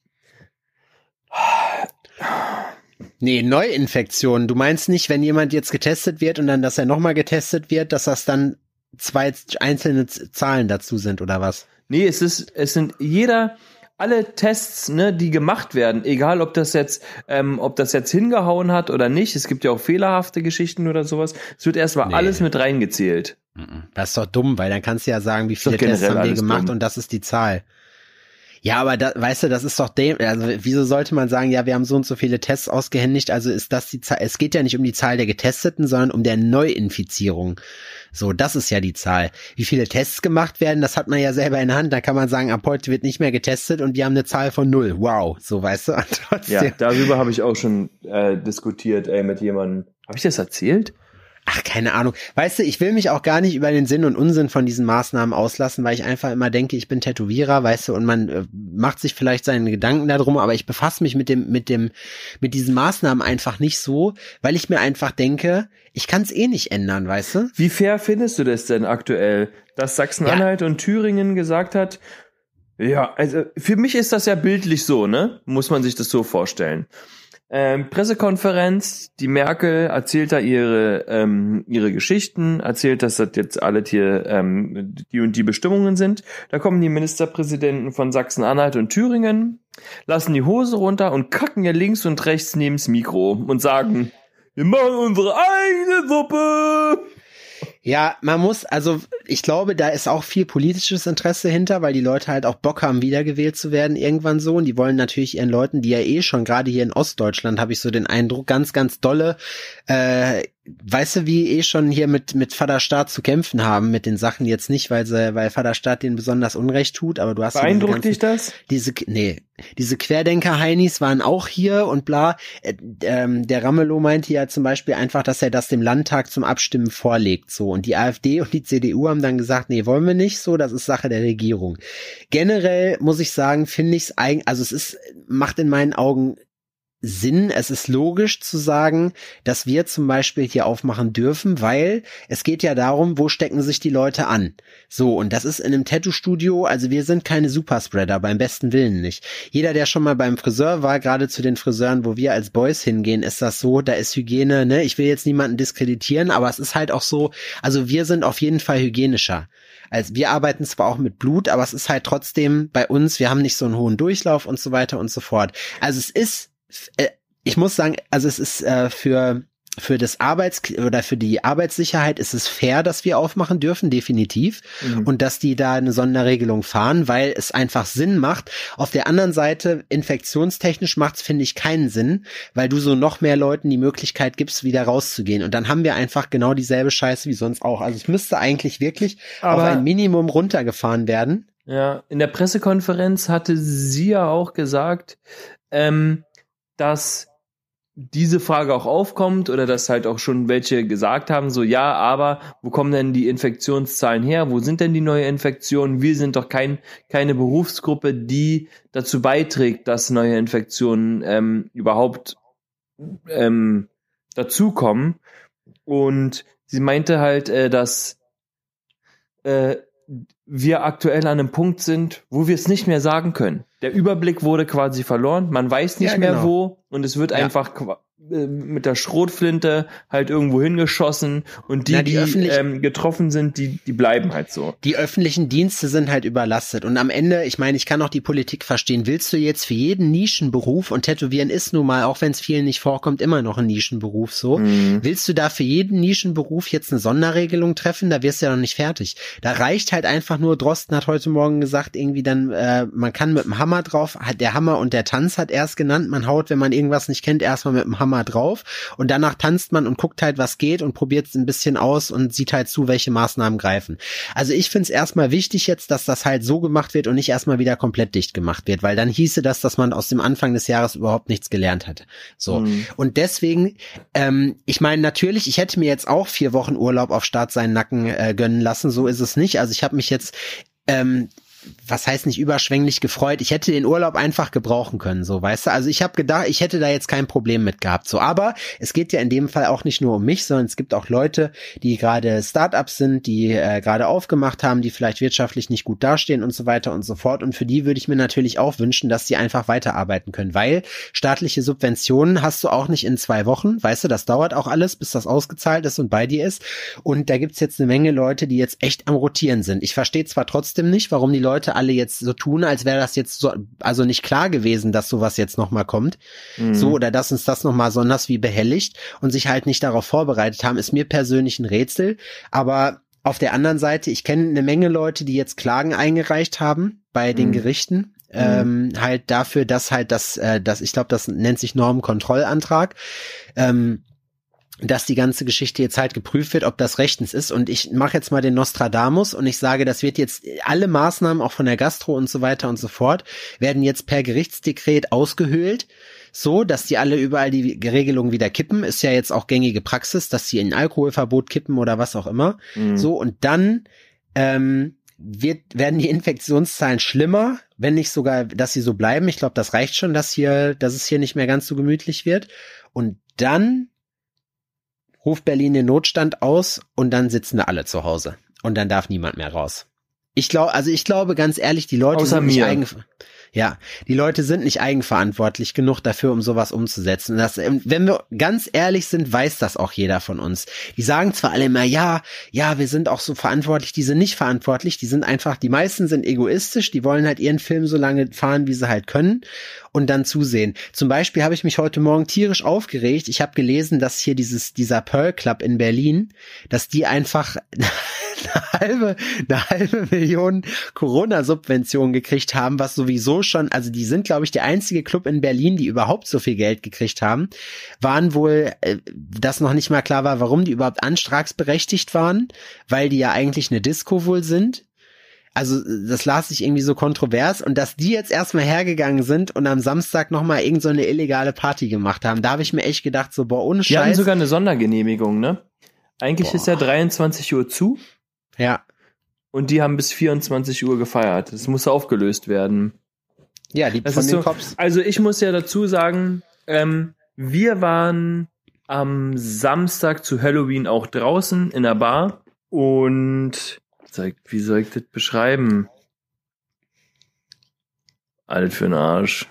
Nee, Neuinfektionen. Du meinst nicht, wenn jemand jetzt getestet wird und dann, dass er nochmal getestet wird, dass das dann 2 einzelne Zahlen dazu sind oder was? Nee, es sind alle Tests, ne, die gemacht werden, egal ob das jetzt hingehauen hat oder nicht. Es gibt ja auch fehlerhafte Geschichten oder sowas. Es wird erstmal alles mit reingezählt. Das ist doch dumm, weil dann kannst du ja sagen, wie viele Tests haben wir gemacht und das ist die Zahl. Ja, aber weißt du, das ist doch also wieso sollte man sagen, ja, wir haben so und so viele Tests ausgehändigt, also ist das die Zahl, es geht ja nicht um die Zahl der Getesteten, sondern um der Neuinfizierung. So, das ist ja die Zahl. Wie viele Tests gemacht werden, das hat man ja selber in der Hand, da kann man sagen, ab heute wird nicht mehr getestet und wir haben eine Zahl von 0. Wow, so weißt du. Ja, darüber habe ich auch schon diskutiert, mit jemandem. Habe ich das erzählt? Ach, keine Ahnung. Weißt du, ich will mich auch gar nicht über den Sinn und Unsinn von diesen Maßnahmen auslassen, weil ich einfach immer denke, ich bin Tätowierer, weißt du, und man macht sich vielleicht seine Gedanken darum, aber ich befasse mich mit diesen Maßnahmen einfach nicht so, weil ich mir einfach denke, ich kann es eh nicht ändern, weißt du? Wie fair findest du das denn aktuell, dass Sachsen-Anhalt und Thüringen gesagt hat, ja, also für mich ist das ja bildlich so, ne? Muss man sich das so vorstellen. Pressekonferenz, die Merkel erzählt da ihre Geschichten, erzählt, dass das jetzt alle hier die und die Bestimmungen sind. Da kommen die Ministerpräsidenten von Sachsen-Anhalt und Thüringen, lassen die Hose runter und kacken ja links und rechts neben's Mikro und sagen, wir machen unsere eigene Suppe. Ja, ich glaube, da ist auch viel politisches Interesse hinter, weil die Leute halt auch Bock haben, wiedergewählt zu werden irgendwann so. Und die wollen natürlich ihren Leuten, die ja eh schon, gerade hier in Ostdeutschland, habe ich so den Eindruck, ganz, ganz dolle, weißt du, wie schon hier mit Vaterstaat zu kämpfen haben, mit den Sachen jetzt nicht, weil Vaterstaat denen besonders Unrecht tut, aber du hast beeindruckt dich das? Diese Querdenker-Heinis waren auch hier und bla. Der Ramelow meinte ja zum Beispiel einfach, dass er das dem Landtag zum Abstimmen vorlegt, so. Und die AfD und die CDU haben dann gesagt, nee, wollen wir nicht so, das ist Sache der Regierung. Generell muss ich sagen, finde ich es eigentlich, also macht in meinen Augen Sinn, es ist logisch zu sagen, dass wir zum Beispiel hier aufmachen dürfen, weil es geht ja darum, wo stecken sich die Leute an. So, und das ist in einem Tattoo-Studio, also wir sind keine Superspreader, beim besten Willen nicht. Jeder, der schon mal beim Friseur war, gerade zu den Friseuren, wo wir als Boys hingehen, ist das so, da ist Hygiene, ne, ich will jetzt niemanden diskreditieren, aber es ist halt auch so, also wir sind auf jeden Fall hygienischer. Also wir arbeiten zwar auch mit Blut, aber es ist halt trotzdem bei uns, wir haben nicht so einen hohen Durchlauf und so weiter und so fort. Also es ist, ich muss sagen, also es ist für das für die Arbeitssicherheit ist es fair, dass wir aufmachen dürfen, definitiv. Und dass die da eine Sonderregelung fahren, weil es einfach Sinn macht. Auf der anderen Seite, infektionstechnisch macht's, finde ich, keinen Sinn, weil du so noch mehr Leuten die Möglichkeit gibst, wieder rauszugehen. Und dann haben wir einfach genau dieselbe Scheiße wie sonst auch. Also es müsste eigentlich wirklich auf ein Minimum runtergefahren werden. Ja, in der Pressekonferenz hatte sie ja auch gesagt, dass diese Frage auch aufkommt oder dass halt auch schon welche gesagt haben, so ja, aber wo kommen denn die Infektionszahlen her? Wo sind denn die neuen Infektionen? Wir sind doch keine Berufsgruppe, die dazu beiträgt, dass neue Infektionen überhaupt dazukommen. Und sie meinte halt, dass wir aktuell an einem Punkt sind, wo wir es nicht mehr sagen können. Der Überblick wurde quasi verloren, man weiß nicht mehr wo und es wird einfach mit der Schrotflinte halt irgendwo hingeschossen und die getroffen sind, die bleiben halt so. Die öffentlichen Dienste sind halt überlastet und am Ende, ich meine, ich kann auch die Politik verstehen, willst du jetzt für jeden Nischenberuf, und Tätowieren ist nun mal, auch wenn es vielen nicht vorkommt, immer noch ein Nischenberuf so, willst du da für jeden Nischenberuf jetzt eine Sonderregelung treffen, da wirst du ja noch nicht fertig. Da reicht halt einfach nur, Drosten hat heute Morgen gesagt, irgendwie dann, man kann mit dem Hammer drauf, der Hammer und der Tanz hat erst genannt, man haut, wenn man irgendwas nicht kennt, erstmal mit dem Hammer drauf und danach tanzt man und guckt halt, was geht und probiert es ein bisschen aus und sieht halt zu, welche Maßnahmen greifen. Also ich finde es erstmal wichtig jetzt, dass das halt so gemacht wird und nicht erstmal wieder komplett dicht gemacht wird, weil dann hieße das, dass man aus dem Anfang des Jahres überhaupt nichts gelernt hat. So. Und deswegen, ich meine natürlich, ich hätte mir jetzt auch 4 Wochen Urlaub auf Start seinen Nacken gönnen lassen, so ist es nicht. Also ich habe mich jetzt was heißt nicht überschwänglich gefreut, ich hätte den Urlaub einfach gebrauchen können, so, weißt du, also ich habe gedacht, ich hätte da jetzt kein Problem mit gehabt, so, aber es geht ja in dem Fall auch nicht nur um mich, sondern es gibt auch Leute, die gerade Startups sind, die gerade aufgemacht haben, die vielleicht wirtschaftlich nicht gut dastehen und so weiter und so fort, und für die würde ich mir natürlich auch wünschen, dass die einfach weiterarbeiten können, weil staatliche Subventionen hast du auch nicht in 2 Wochen, weißt du, das dauert auch alles, bis das ausgezahlt ist und bei dir ist, und da gibt's jetzt eine Menge Leute, die jetzt echt am Rotieren sind. Ich verstehe zwar trotzdem nicht, warum die Leute alle jetzt so tun, als wäre das jetzt so, also nicht klar gewesen, dass sowas jetzt nochmal kommt, so, oder dass uns das nochmal besonders wie behelligt und sich halt nicht darauf vorbereitet haben, ist mir persönlich ein Rätsel, aber auf der anderen Seite, ich kenne eine Menge Leute, die jetzt Klagen eingereicht haben bei den Gerichten, halt dafür, dass halt das ich glaube, das nennt sich Normkontrollantrag, dass die ganze Geschichte jetzt halt geprüft wird, ob das rechtens ist. Und ich mache jetzt mal den Nostradamus und ich sage, das wird jetzt, alle Maßnahmen, auch von der Gastro und so weiter und so fort, werden jetzt per Gerichtsdekret ausgehöhlt, so, dass die alle überall die Regelungen wieder kippen. Ist ja jetzt auch gängige Praxis, dass sie in Alkoholverbot kippen oder was auch immer. So, und dann werden die Infektionszahlen schlimmer, wenn nicht sogar, dass sie so bleiben. Ich glaube, das reicht schon, dass es hier nicht mehr ganz so gemütlich wird. Und dann ruft Berlin den Notstand aus und dann sitzen wir alle zu Hause. Und dann darf niemand mehr raus. Ich glaube ganz ehrlich, die Leute sind nicht die Leute sind nicht eigenverantwortlich genug dafür, um sowas umzusetzen. Wenn wir ganz ehrlich sind, weiß das auch jeder von uns. Die sagen zwar alle immer, ja, wir sind auch so verantwortlich, die sind nicht verantwortlich, die meisten sind egoistisch, die wollen halt ihren Film so lange fahren, wie sie halt können und dann zusehen. Zum Beispiel habe ich mich heute Morgen tierisch aufgeregt. Ich habe gelesen, dass hier dieser Pearl Club in Berlin, dass die einfach eine halbe Million Corona-Subventionen gekriegt haben, was sowieso schon, also die sind, glaube ich, der einzige Club in Berlin, die überhaupt so viel Geld gekriegt haben, waren wohl, dass noch nicht mal klar war, warum die überhaupt antragsberechtigt waren, weil die ja eigentlich eine Disco wohl sind. Also das las ich irgendwie so kontrovers und dass die jetzt erstmal hergegangen sind und am Samstag nochmal irgend so eine illegale Party gemacht haben, da habe ich mir echt gedacht, so ohne Scheiß. Die hatten sogar eine Sondergenehmigung, ne? Eigentlich ist ja 23 Uhr zu. Ja. Und die haben bis 24 Uhr gefeiert. Das muss aufgelöst werden. Ja, die von den Cops. Also ich muss ja dazu sagen, wir waren am Samstag zu Halloween auch draußen in der Bar und wie soll ich das beschreiben? Alles für den Arsch.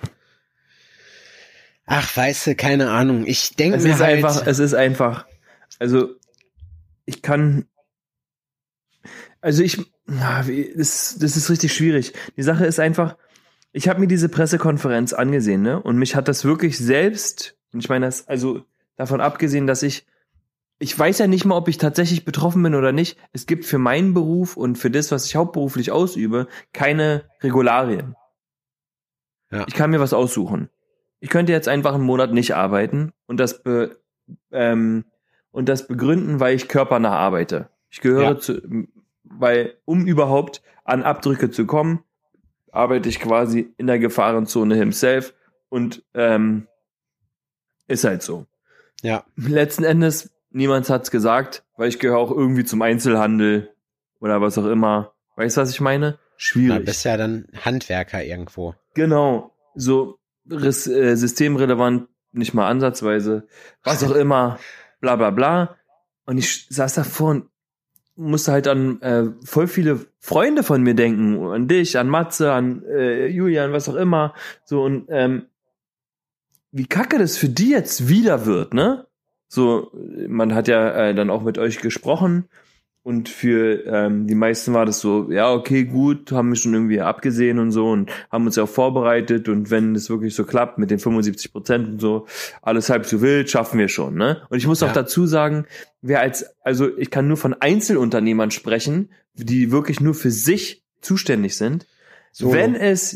Ach, weißt du, keine Ahnung. Ich denke mir halt... Es ist einfach, also ich kann... Also das ist richtig schwierig. Die Sache ist einfach, ich habe mir diese Pressekonferenz angesehen, ne? Und mich hat das wirklich selbst, und ich meine das, also davon abgesehen, dass ich weiß ja nicht mal, ob ich tatsächlich betroffen bin oder nicht. Es gibt für meinen Beruf und für das, was ich hauptberuflich ausübe, keine Regularien. Ja. Ich kann mir was aussuchen. Ich könnte jetzt einfach einen Monat nicht arbeiten und das begründen, weil ich körpernah arbeite. Ich gehöre weil um überhaupt an Abdrücke zu kommen, arbeite ich quasi in der Gefahrenzone himself und ist halt so. Ja. Letzten Endes, niemand hat's gesagt, weil ich gehöre auch irgendwie zum Einzelhandel oder was auch immer. Weißt du, was ich meine? Schwierig. Du bist ja dann Handwerker irgendwo. Genau. So systemrelevant, nicht mal ansatzweise, was auch immer, bla bla bla. Und ich saß davor und musste halt an voll viele Freunde von mir denken, an dich, an Matze, an Julian, was auch immer, so und wie kacke das für die jetzt wieder wird, ne? So, man hat ja dann auch mit euch gesprochen und für die meisten war das so, ja, okay, gut, haben wir schon irgendwie abgesehen und so und haben uns ja auch vorbereitet und wenn das wirklich so klappt mit den 75% und so, alles halb so wild, schaffen wir schon, ne? Und ich muss auch dazu sagen, also ich kann nur von Einzelunternehmern sprechen, die wirklich nur für sich zuständig sind. So. Wenn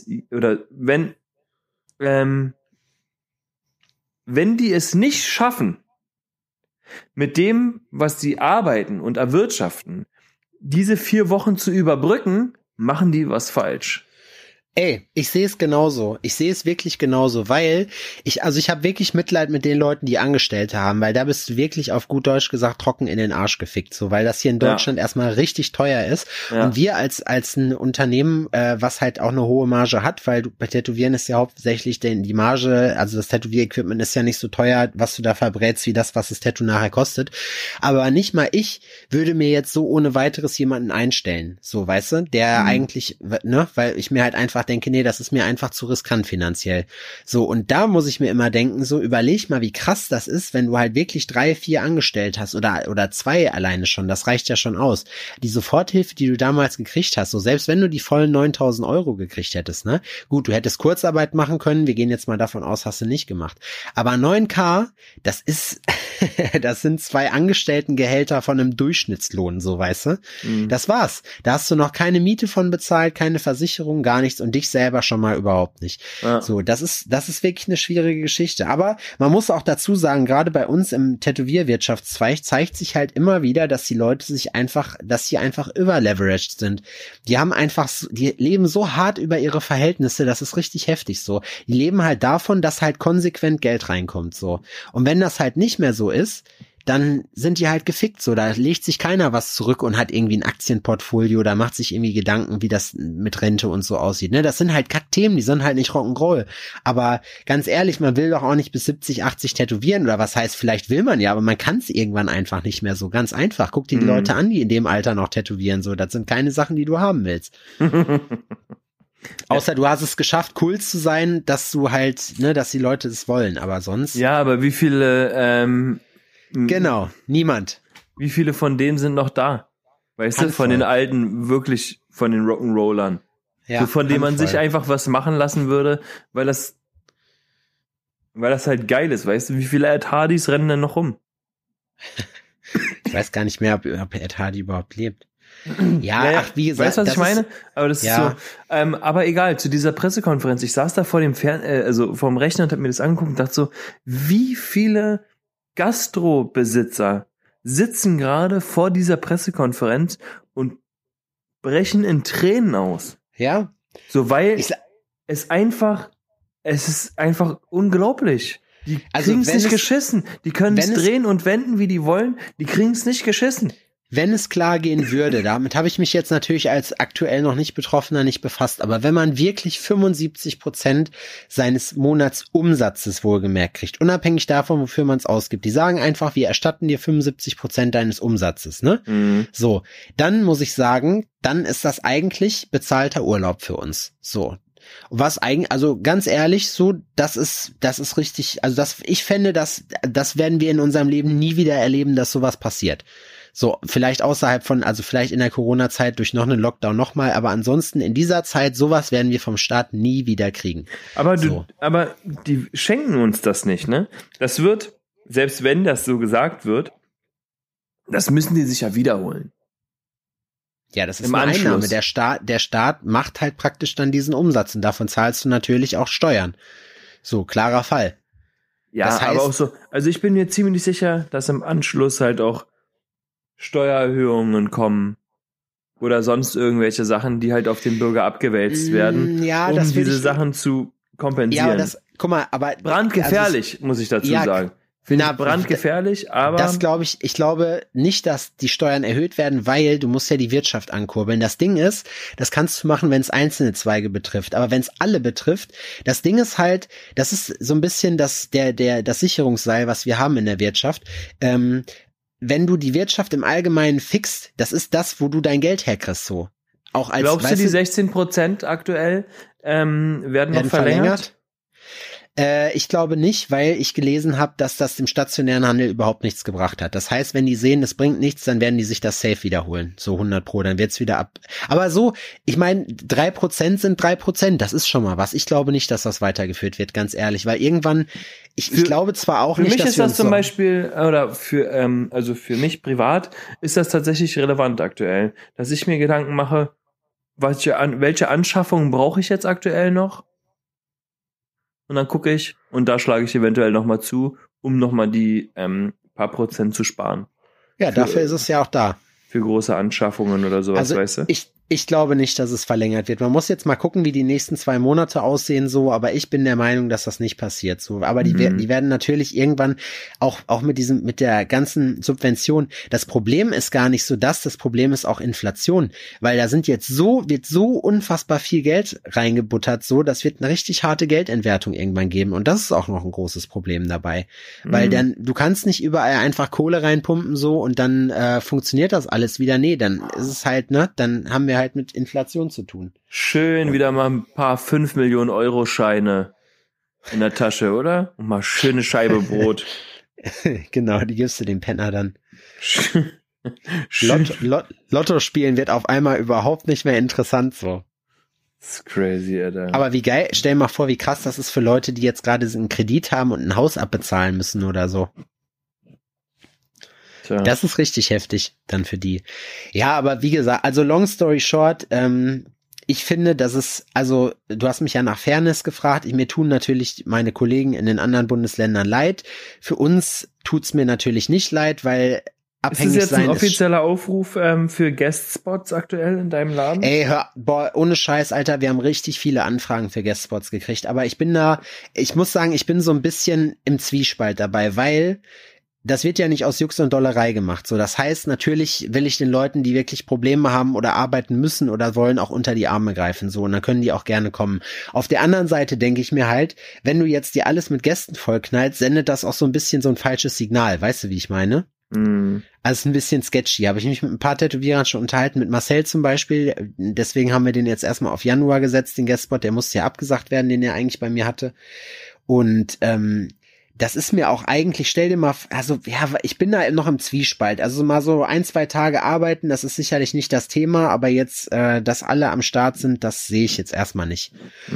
die es nicht schaffen, mit dem, was sie arbeiten und erwirtschaften, diese 4 Wochen zu überbrücken, machen die was falsch. Ey, ich sehe es genauso. Ich sehe es wirklich genauso, weil ich habe wirklich Mitleid mit den Leuten, die Angestellte haben, weil da bist du wirklich auf gut Deutsch gesagt trocken in den Arsch gefickt, so, weil das hier in Deutschland erstmal richtig teuer ist und wir als ein Unternehmen, was halt auch eine hohe Marge hat, weil bei Tätowieren ist ja hauptsächlich die Marge, also das Tätowierequipment ist ja nicht so teuer, was du da verbrätst, wie das Tattoo nachher kostet, aber nicht mal ich würde mir jetzt so ohne weiteres jemanden einstellen, so, weißt du, der eigentlich, ne, weil ich mir halt einfach denke, nee, das ist mir einfach zu riskant finanziell. So, und da muss ich mir immer denken, so, überleg mal, wie krass das ist, wenn du halt wirklich 3, 4 angestellt hast oder 2 alleine schon, das reicht ja schon aus. Die Soforthilfe, die du damals gekriegt hast, so, selbst wenn du die vollen 9.000 € gekriegt hättest, ne, gut, du hättest Kurzarbeit machen können, wir gehen jetzt mal davon aus, hast du nicht gemacht. Aber 9.000, das ist, das sind 2 Angestelltengehälter von einem Durchschnittslohn, so, weißt du. Das war's. Da hast du noch keine Miete von bezahlt, keine Versicherung, gar nichts. Und dich selber schon mal überhaupt nicht. Ja. So, das ist wirklich eine schwierige Geschichte. Aber man muss auch dazu sagen, gerade bei uns im Tätowierwirtschaftszweig zeigt sich halt immer wieder, dass die Leute dass sie einfach überleveraged sind. Die leben so hart über ihre Verhältnisse, das ist richtig heftig so. Die leben halt davon, dass halt konsequent Geld reinkommt so. Und wenn das halt nicht mehr so ist, dann sind die halt gefickt so. Da legt sich keiner was zurück und hat irgendwie ein Aktienportfolio, da macht sich irgendwie Gedanken, wie das mit Rente und so aussieht. Ne, das sind halt Kackthemen, die sind halt nicht Rock'n'Roll. Aber ganz ehrlich, man will doch auch nicht bis 70, 80 tätowieren oder was heißt, vielleicht will man ja, aber man kann es irgendwann einfach nicht mehr so. Ganz einfach. Guck dir die Leute an, die in dem Alter noch tätowieren. So, das sind keine Sachen, die du haben willst. Außer du hast es geschafft, cool zu sein, dass du halt, ne, dass die Leute es wollen. Aber sonst. Ja, aber wie viele Genau, niemand. Wie viele von denen sind noch da? Weißt du, von den alten, wirklich von den Rock'n'Rollern. Ja, so von denen man Handvoll. sich einfach was machen lassen würde, weil das halt geil ist, weißt du? Wie viele Ed Hardys rennen denn noch rum? Ich weiß gar nicht mehr, ob Ed Hardy überhaupt lebt. Ja, Ach, wie gesagt. Weißt du, was ich meine? Aber das ist ja. so, aber egal, zu dieser Pressekonferenz, ich saß da vor dem vorm Rechner und hab mir das angeguckt und dachte so, wie viele Gastrobesitzer sitzen gerade vor dieser Pressekonferenz und brechen in Tränen aus. Ja. So, weil es ist einfach unglaublich. Die kriegen es nicht geschissen. Die können es drehen und wenden, wie die wollen. Die kriegen es nicht geschissen. Wenn es klar gehen würde, damit habe ich mich jetzt natürlich als aktuell noch nicht Betroffener nicht befasst, aber wenn man wirklich 75% seines Monatsumsatzes wohlgemerkt kriegt, unabhängig davon, wofür man es ausgibt, die sagen einfach, wir erstatten dir 75% deines Umsatzes, ne? Mhm. So, dann muss ich sagen, dann ist das eigentlich bezahlter Urlaub für uns. So. Was eigentlich, also ganz ehrlich, so, das ist richtig, also ich fände, das werden wir in unserem Leben nie wieder erleben, dass sowas passiert. So, vielleicht außerhalb von, also vielleicht in der Corona-Zeit durch noch einen Lockdown nochmal, aber ansonsten in dieser Zeit, sowas werden wir vom Staat nie wieder kriegen. Aber die schenken uns das nicht, ne? Das wird, selbst wenn das so gesagt wird, das müssen die sich ja wiederholen. Ja, das ist eine Einnahme. Der Staat macht halt praktisch dann diesen Umsatz und davon zahlst du natürlich auch Steuern. So, klarer Fall. Ja, das heißt, aber auch so, also ich bin mir ziemlich sicher, dass im Anschluss halt auch Steuererhöhungen kommen oder sonst irgendwelche Sachen, die halt auf den Bürger abgewälzt werden, um diese Sachen zu kompensieren. Ja, guck mal, aber brandgefährlich, muss ich dazu sagen. Finde ich brandgefährlich, aber das glaube ich glaube nicht, dass die Steuern erhöht werden, weil du musst ja die Wirtschaft ankurbeln. Das Ding ist, das kannst du machen, wenn es einzelne Zweige betrifft, aber wenn es alle betrifft, das Ding ist halt, das ist so ein bisschen das Sicherungsseil, was wir haben in der Wirtschaft. Wenn du die Wirtschaft im Allgemeinen fixst, das ist das, wo du dein Geld herkriegst, so. Auch als, glaubst du, die 16% aktuell werden noch verlängert? Ich glaube nicht, weil ich gelesen habe, dass das dem stationären Handel überhaupt nichts gebracht hat. Das heißt, wenn die sehen, es bringt nichts, dann werden die sich das safe wiederholen. So 100%, dann wird's wieder ab. Aber so, ich meine, 3% sind 3%, das ist schon mal was. Ich glaube nicht, dass das weitergeführt wird, ganz ehrlich, weil irgendwann, ich glaube zwar auch nicht, dass für mich ist das zum Beispiel, oder also für mich privat, ist das tatsächlich relevant aktuell, dass ich mir Gedanken mache, welche Anschaffungen brauche ich jetzt aktuell noch? Und dann gucke ich und da schlage ich eventuell nochmal zu, um nochmal die paar Prozent zu sparen. Ja, dafür ist es ja auch da. Für große Anschaffungen oder sowas, also weißt du? Ich glaube nicht, dass es verlängert wird. Man muss jetzt mal gucken, wie die nächsten 2 Monate aussehen, so, aber ich bin der Meinung, dass das nicht passiert, so. Aber die werden natürlich irgendwann auch mit der ganzen Subvention. Das Problem ist gar nicht so das Problem ist auch Inflation, weil da wird so unfassbar viel Geld reingebuttert, so, das wird eine richtig harte Geldentwertung irgendwann geben und das ist auch noch ein großes Problem dabei. Weil dann, du kannst nicht überall einfach Kohle reinpumpen, so, und dann funktioniert das alles wieder. Nee, dann ist es halt, ne, dann haben wir halt mit Inflation zu tun. Schön wieder mal ein paar 5 Millionen Euro Scheine in der Tasche, oder? Und mal schöne Scheibe Brot. Genau, die gibst du dem Penner dann. Lotto spielen wird auf einmal überhaupt nicht mehr interessant, so. Das ist crazy, Alter. Aber wie geil, stell dir mal vor, wie krass das ist für Leute, die jetzt gerade einen Kredit haben und ein Haus abbezahlen müssen oder so. Das ist richtig heftig dann für die. Ja, aber wie gesagt, also long story short, ich finde, dass es, also du hast mich ja nach Fairness gefragt, mir tun natürlich meine Kollegen in den anderen Bundesländern leid. Für uns tut's mir natürlich nicht leid, weil abhängig ist das jetzt sein ein offizieller Aufruf für Guest-Spots aktuell in deinem Laden? Ey, ohne Scheiß, Alter, wir haben richtig viele Anfragen für Guest-Spots gekriegt, aber ich muss sagen, ich bin so ein bisschen im Zwiespalt dabei, weil das wird ja nicht aus Jux und Dollerei gemacht. So, das heißt, natürlich will ich den Leuten, die wirklich Probleme haben oder arbeiten müssen oder wollen, auch unter die Arme greifen. So, und dann können die auch gerne kommen. Auf der anderen Seite denke ich mir halt, wenn du jetzt dir alles mit Gästen vollknallst, sendet das auch so ein bisschen so ein falsches Signal. Weißt du, wie ich meine? Also ist ein bisschen sketchy. Habe ich mich mit ein paar Tätowierern schon unterhalten, mit Marcel zum Beispiel. Deswegen haben wir den jetzt erstmal auf Januar gesetzt, den Guestspot. Der musste ja abgesagt werden, den er eigentlich bei mir hatte. Und das ist mir auch eigentlich, stell dir mal, also ja, ich bin da noch im Zwiespalt. Also mal so 1-2 Tage arbeiten, das ist sicherlich nicht das Thema, aber jetzt, dass alle am Start sind, das sehe ich jetzt erstmal nicht.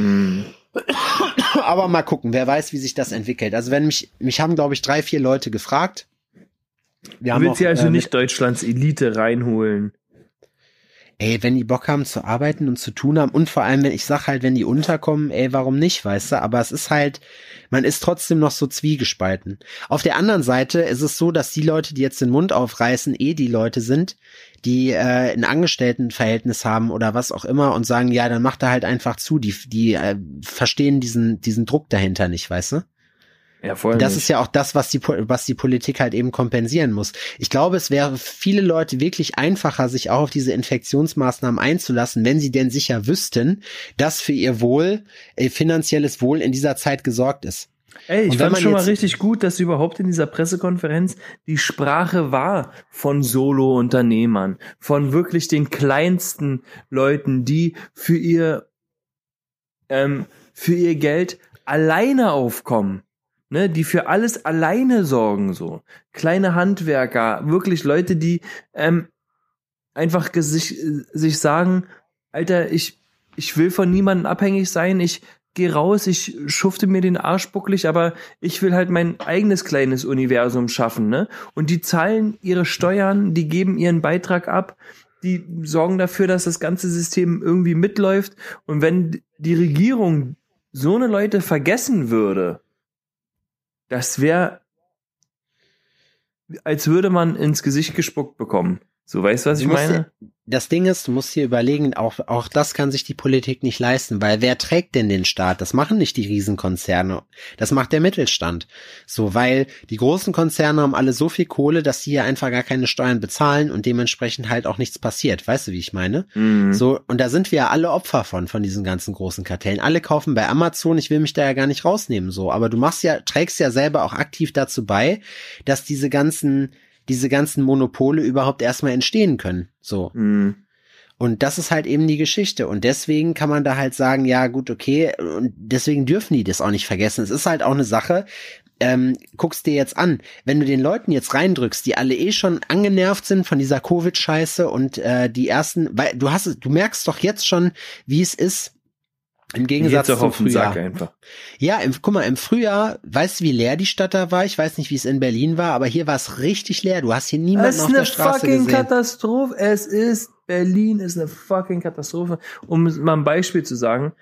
Aber mal gucken, wer weiß, wie sich das entwickelt. Also wenn mich haben, glaube ich, 3-4 Leute gefragt. Du willst ja also nicht Deutschlands Elite reinholen. Ey, wenn die Bock haben zu arbeiten und zu tun haben und vor allem, wenn ich sag halt, wenn die unterkommen, ey, warum nicht, weißt du? Aber es ist halt, man ist trotzdem noch so zwiegespalten. Auf der anderen Seite ist es so, dass die Leute, die jetzt den Mund aufreißen, die Leute sind, die ein Angestelltenverhältnis haben oder was auch immer und sagen, ja, dann macht er halt einfach zu. Die verstehen diesen Druck dahinter nicht, weißt du? Ja, voll das nicht. ist ja auch das, was die Politik halt eben kompensieren muss. Ich glaube, es wäre für viele Leute wirklich einfacher, sich auch auf diese Infektionsmaßnahmen einzulassen, wenn sie denn sicher wüssten, dass für ihr Wohl, finanzielles Wohl in dieser Zeit gesorgt ist. Ey, ich fand schon mal richtig gut, dass überhaupt in dieser Pressekonferenz die Sprache war von Solo-Unternehmern, von wirklich den kleinsten Leuten, die für ihr Geld alleine aufkommen. Ne, die für alles alleine sorgen, so. Kleine Handwerker, wirklich Leute, die einfach sich sagen, Alter, ich will von niemandem abhängig sein, ich gehe raus, ich schufte mir den Arsch bucklig, aber ich will halt mein eigenes kleines Universum schaffen, ne? Und die zahlen ihre Steuern, die geben ihren Beitrag ab, die sorgen dafür, dass das ganze System irgendwie mitläuft. Und wenn die Regierung so eine Leute vergessen würde, das wäre, als würde man ins Gesicht gespuckt bekommen. So, weißt du, was ich meine? Das Ding ist, du musst dir überlegen, auch das kann sich die Politik nicht leisten, weil wer trägt denn den Staat? Das machen nicht die Riesenkonzerne. Das macht der Mittelstand. So, weil die großen Konzerne haben alle so viel Kohle, dass die hier einfach gar keine Steuern bezahlen und dementsprechend halt auch nichts passiert. Weißt du, wie ich meine? So, und da sind wir ja alle Opfer von diesen ganzen großen Kartellen. Alle kaufen bei Amazon, ich will mich da ja gar nicht rausnehmen, so. Aber du trägst ja selber auch aktiv dazu bei, dass diese ganzen Monopole überhaupt erstmal entstehen können. So. Und das ist halt eben die Geschichte. Und deswegen kann man da halt sagen, ja gut, okay, und deswegen dürfen die das auch nicht vergessen. Es ist halt auch eine Sache, guckst dir jetzt an, wenn du den Leuten jetzt reindrückst, die alle schon angenervt sind von dieser Covid-Scheiße und die ersten, weil du merkst doch jetzt schon, wie es ist, im Gegensatz zum Frühjahr. Ja, guck mal, im Frühjahr, weißt du, wie leer die Stadt da war? Ich weiß nicht, wie es in Berlin war, aber hier war es richtig leer. Du hast hier niemanden auf der Straße gesehen. Berlin ist eine fucking Katastrophe. Um mal ein Beispiel zu sagen,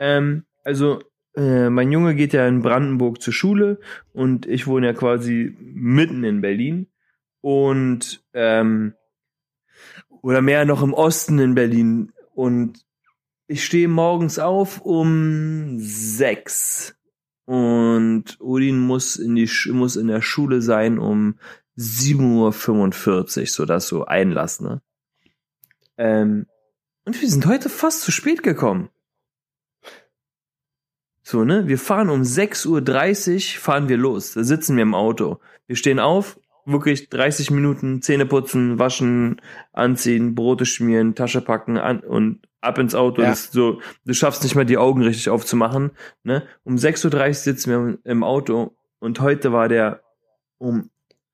mein Junge geht ja in Brandenburg zur Schule und ich wohne ja quasi mitten in Berlin und oder mehr noch im Osten in Berlin und ich stehe morgens auf um 6 und Odin muss in der Schule sein um 7:45 Uhr, so das so Einlass, ne? Und wir sind heute fast zu spät gekommen. So, ne? Wir fahren um 6:30 Uhr, fahren wir los. Da sitzen wir im Auto. Wir stehen auf, wirklich 30 Minuten, Zähne putzen, waschen, anziehen, Brote schmieren, Tasche packen und ab ins Auto. Ja. Du schaffst nicht mal die Augen richtig aufzumachen. Ne? Um 6:30 Uhr sitzen wir im Auto und heute war der um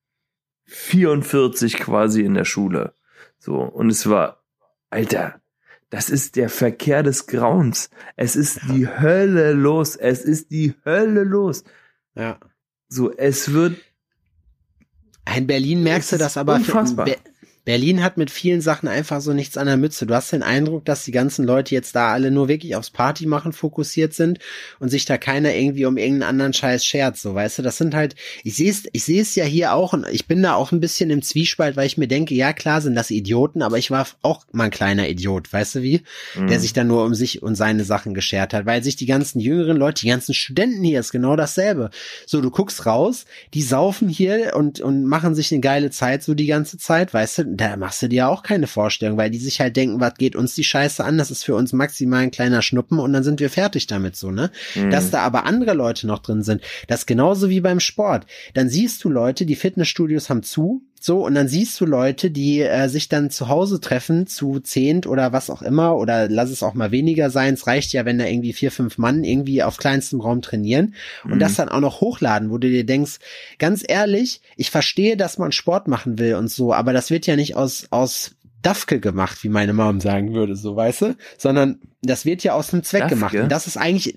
44 quasi in der Schule. So, und es war, Alter, das ist der Verkehr des Grauens. Es ist die Hölle los. Es ist die Hölle los. Ja. So, es wird. In Berlin merkst du das aber. Unfassbar. Berlin hat mit vielen Sachen einfach so nichts an der Mütze. Du hast den Eindruck, dass die ganzen Leute jetzt da alle nur wirklich aufs Party machen fokussiert sind und sich da keiner irgendwie um irgendeinen anderen Scheiß schert, so, weißt du, das sind halt, ich sehe es ja hier auch und ich bin da auch ein bisschen im Zwiespalt, weil ich mir denke, ja klar sind das Idioten, aber ich war auch mal ein kleiner Idiot, weißt du wie, der sich dann nur um sich und seine Sachen geschert hat, weil sich die ganzen jüngeren Leute, die ganzen Studenten hier ist genau dasselbe. So, du guckst raus, die saufen hier und machen sich eine geile Zeit so die ganze Zeit, weißt du, da machst du dir auch keine Vorstellung, weil die sich halt denken, was geht uns die Scheiße an, das ist für uns maximal ein kleiner Schnuppen und dann sind wir fertig damit, so, ne? Dass da aber andere Leute noch drin sind, das ist genauso wie beim Sport. Dann siehst du Leute, die Fitnessstudios haben zu, so, und dann siehst du Leute, die sich dann zu Hause treffen, zu 10 oder was auch immer, oder lass es auch mal weniger sein, es reicht ja, wenn da irgendwie 4, 5 Mann irgendwie auf kleinstem Raum trainieren und das dann auch noch hochladen, wo du dir denkst, ganz ehrlich, ich verstehe, dass man Sport machen will und so, aber das wird ja nicht aus Dafke gemacht, wie meine Mom sagen würde, so, weißt du, sondern das wird ja aus einem Zweck Dafke? gemacht. Und das ist eigentlich,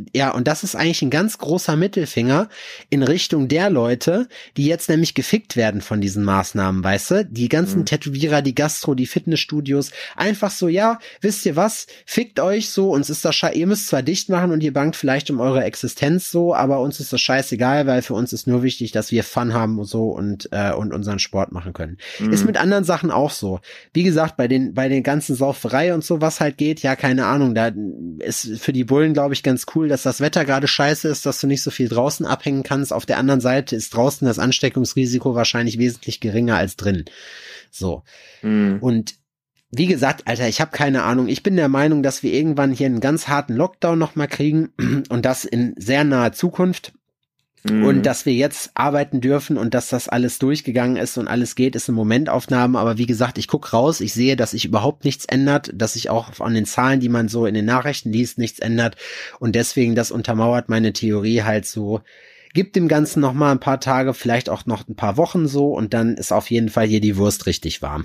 ein ganz großer Mittelfinger in Richtung der Leute, die jetzt nämlich gefickt werden von diesen Maßnahmen, weißt du? Die ganzen Tätowierer, die Gastro, die Fitnessstudios, einfach so, ja, wisst ihr was, fickt euch so, uns ist das ihr müsst zwar dicht machen und ihr bangt vielleicht um eure Existenz so, aber uns ist das scheißegal, weil für uns ist nur wichtig, dass wir Fun haben und so und unseren Sport machen können. Ist mit anderen Sachen auch so. Wie gesagt, bei den ganzen Sauferei und so, was halt geht, ja, keine Ahnung, da ist für die Bullen, glaube ich, ganz cool, dass das Wetter gerade scheiße ist, dass du nicht so viel draußen abhängen kannst. Auf der anderen Seite ist draußen das Ansteckungsrisiko wahrscheinlich wesentlich geringer als drin. So. Und wie gesagt, Alter, ich habe keine Ahnung. Ich bin der Meinung, dass wir irgendwann hier einen ganz harten Lockdown noch mal kriegen und das in sehr naher Zukunft. Und dass wir jetzt arbeiten dürfen und dass das alles durchgegangen ist und alles geht, ist eine Momentaufnahme. Aber wie gesagt, ich guck raus, ich sehe, dass sich überhaupt nichts ändert, dass sich auch an den Zahlen, die man so in den Nachrichten liest, nichts ändert. Und deswegen, das untermauert meine Theorie halt so, gibt dem Ganzen noch mal ein paar Tage, vielleicht auch noch ein paar Wochen so und dann ist auf jeden Fall hier die Wurst richtig warm.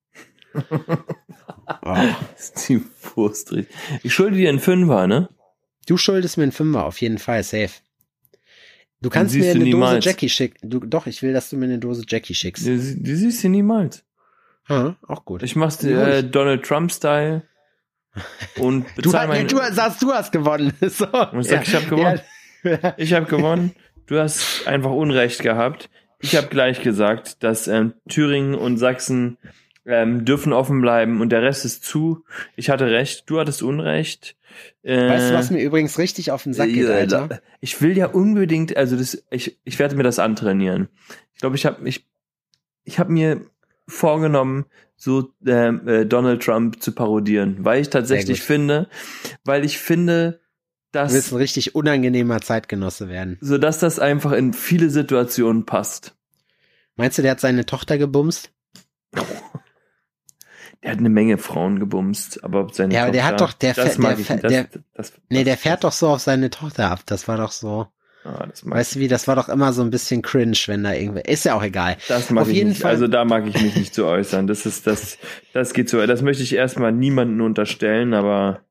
Ist die Wurst richtig. Ich schulde dir einen Fünfer, ne? Du schuldest mir einen Fünfer, auf jeden Fall, safe. Du kannst mir eine Dose Jackie schicken. Doch, ich will, dass du mir eine Dose Jackie schickst. Die siehst du niemals. Auch gut. Ich mach's Donald Trump-Style und bezahl du hast gewonnen. So. Und ich sag, ich habe gewonnen. Ja. Ich habe gewonnen. Du hast einfach Unrecht gehabt. Ich habe gleich gesagt, dass Thüringen und Sachsen dürfen offen bleiben und der Rest ist zu. Ich hatte recht, du hattest Unrecht. Weißt du, was mir übrigens richtig auf den Sack geht, Alter? Ich will ja unbedingt, also ich werde mir das antrainieren. Ich glaube, ich hab mir vorgenommen, so Donald Trump zu parodieren, weil ich tatsächlich finde, dass... Du willst ein richtig unangenehmer Zeitgenosse werden. So dass das einfach in viele Situationen passt. Meinst du, der hat seine Tochter gebumst? Der hat eine Menge Frauen gebumst, aber seine Tochter... Ja, aber der hat doch... Der fährt doch so auf seine Tochter ab. Das war doch so... Weißt du wie, das war doch immer so ein bisschen cringe, wenn da irgendwie... Ist ja auch egal. Das mag auf ich jeden nicht. Fall. Also da mag ich mich nicht zu äußern. Das geht so. Das möchte ich erstmal niemandem unterstellen, aber...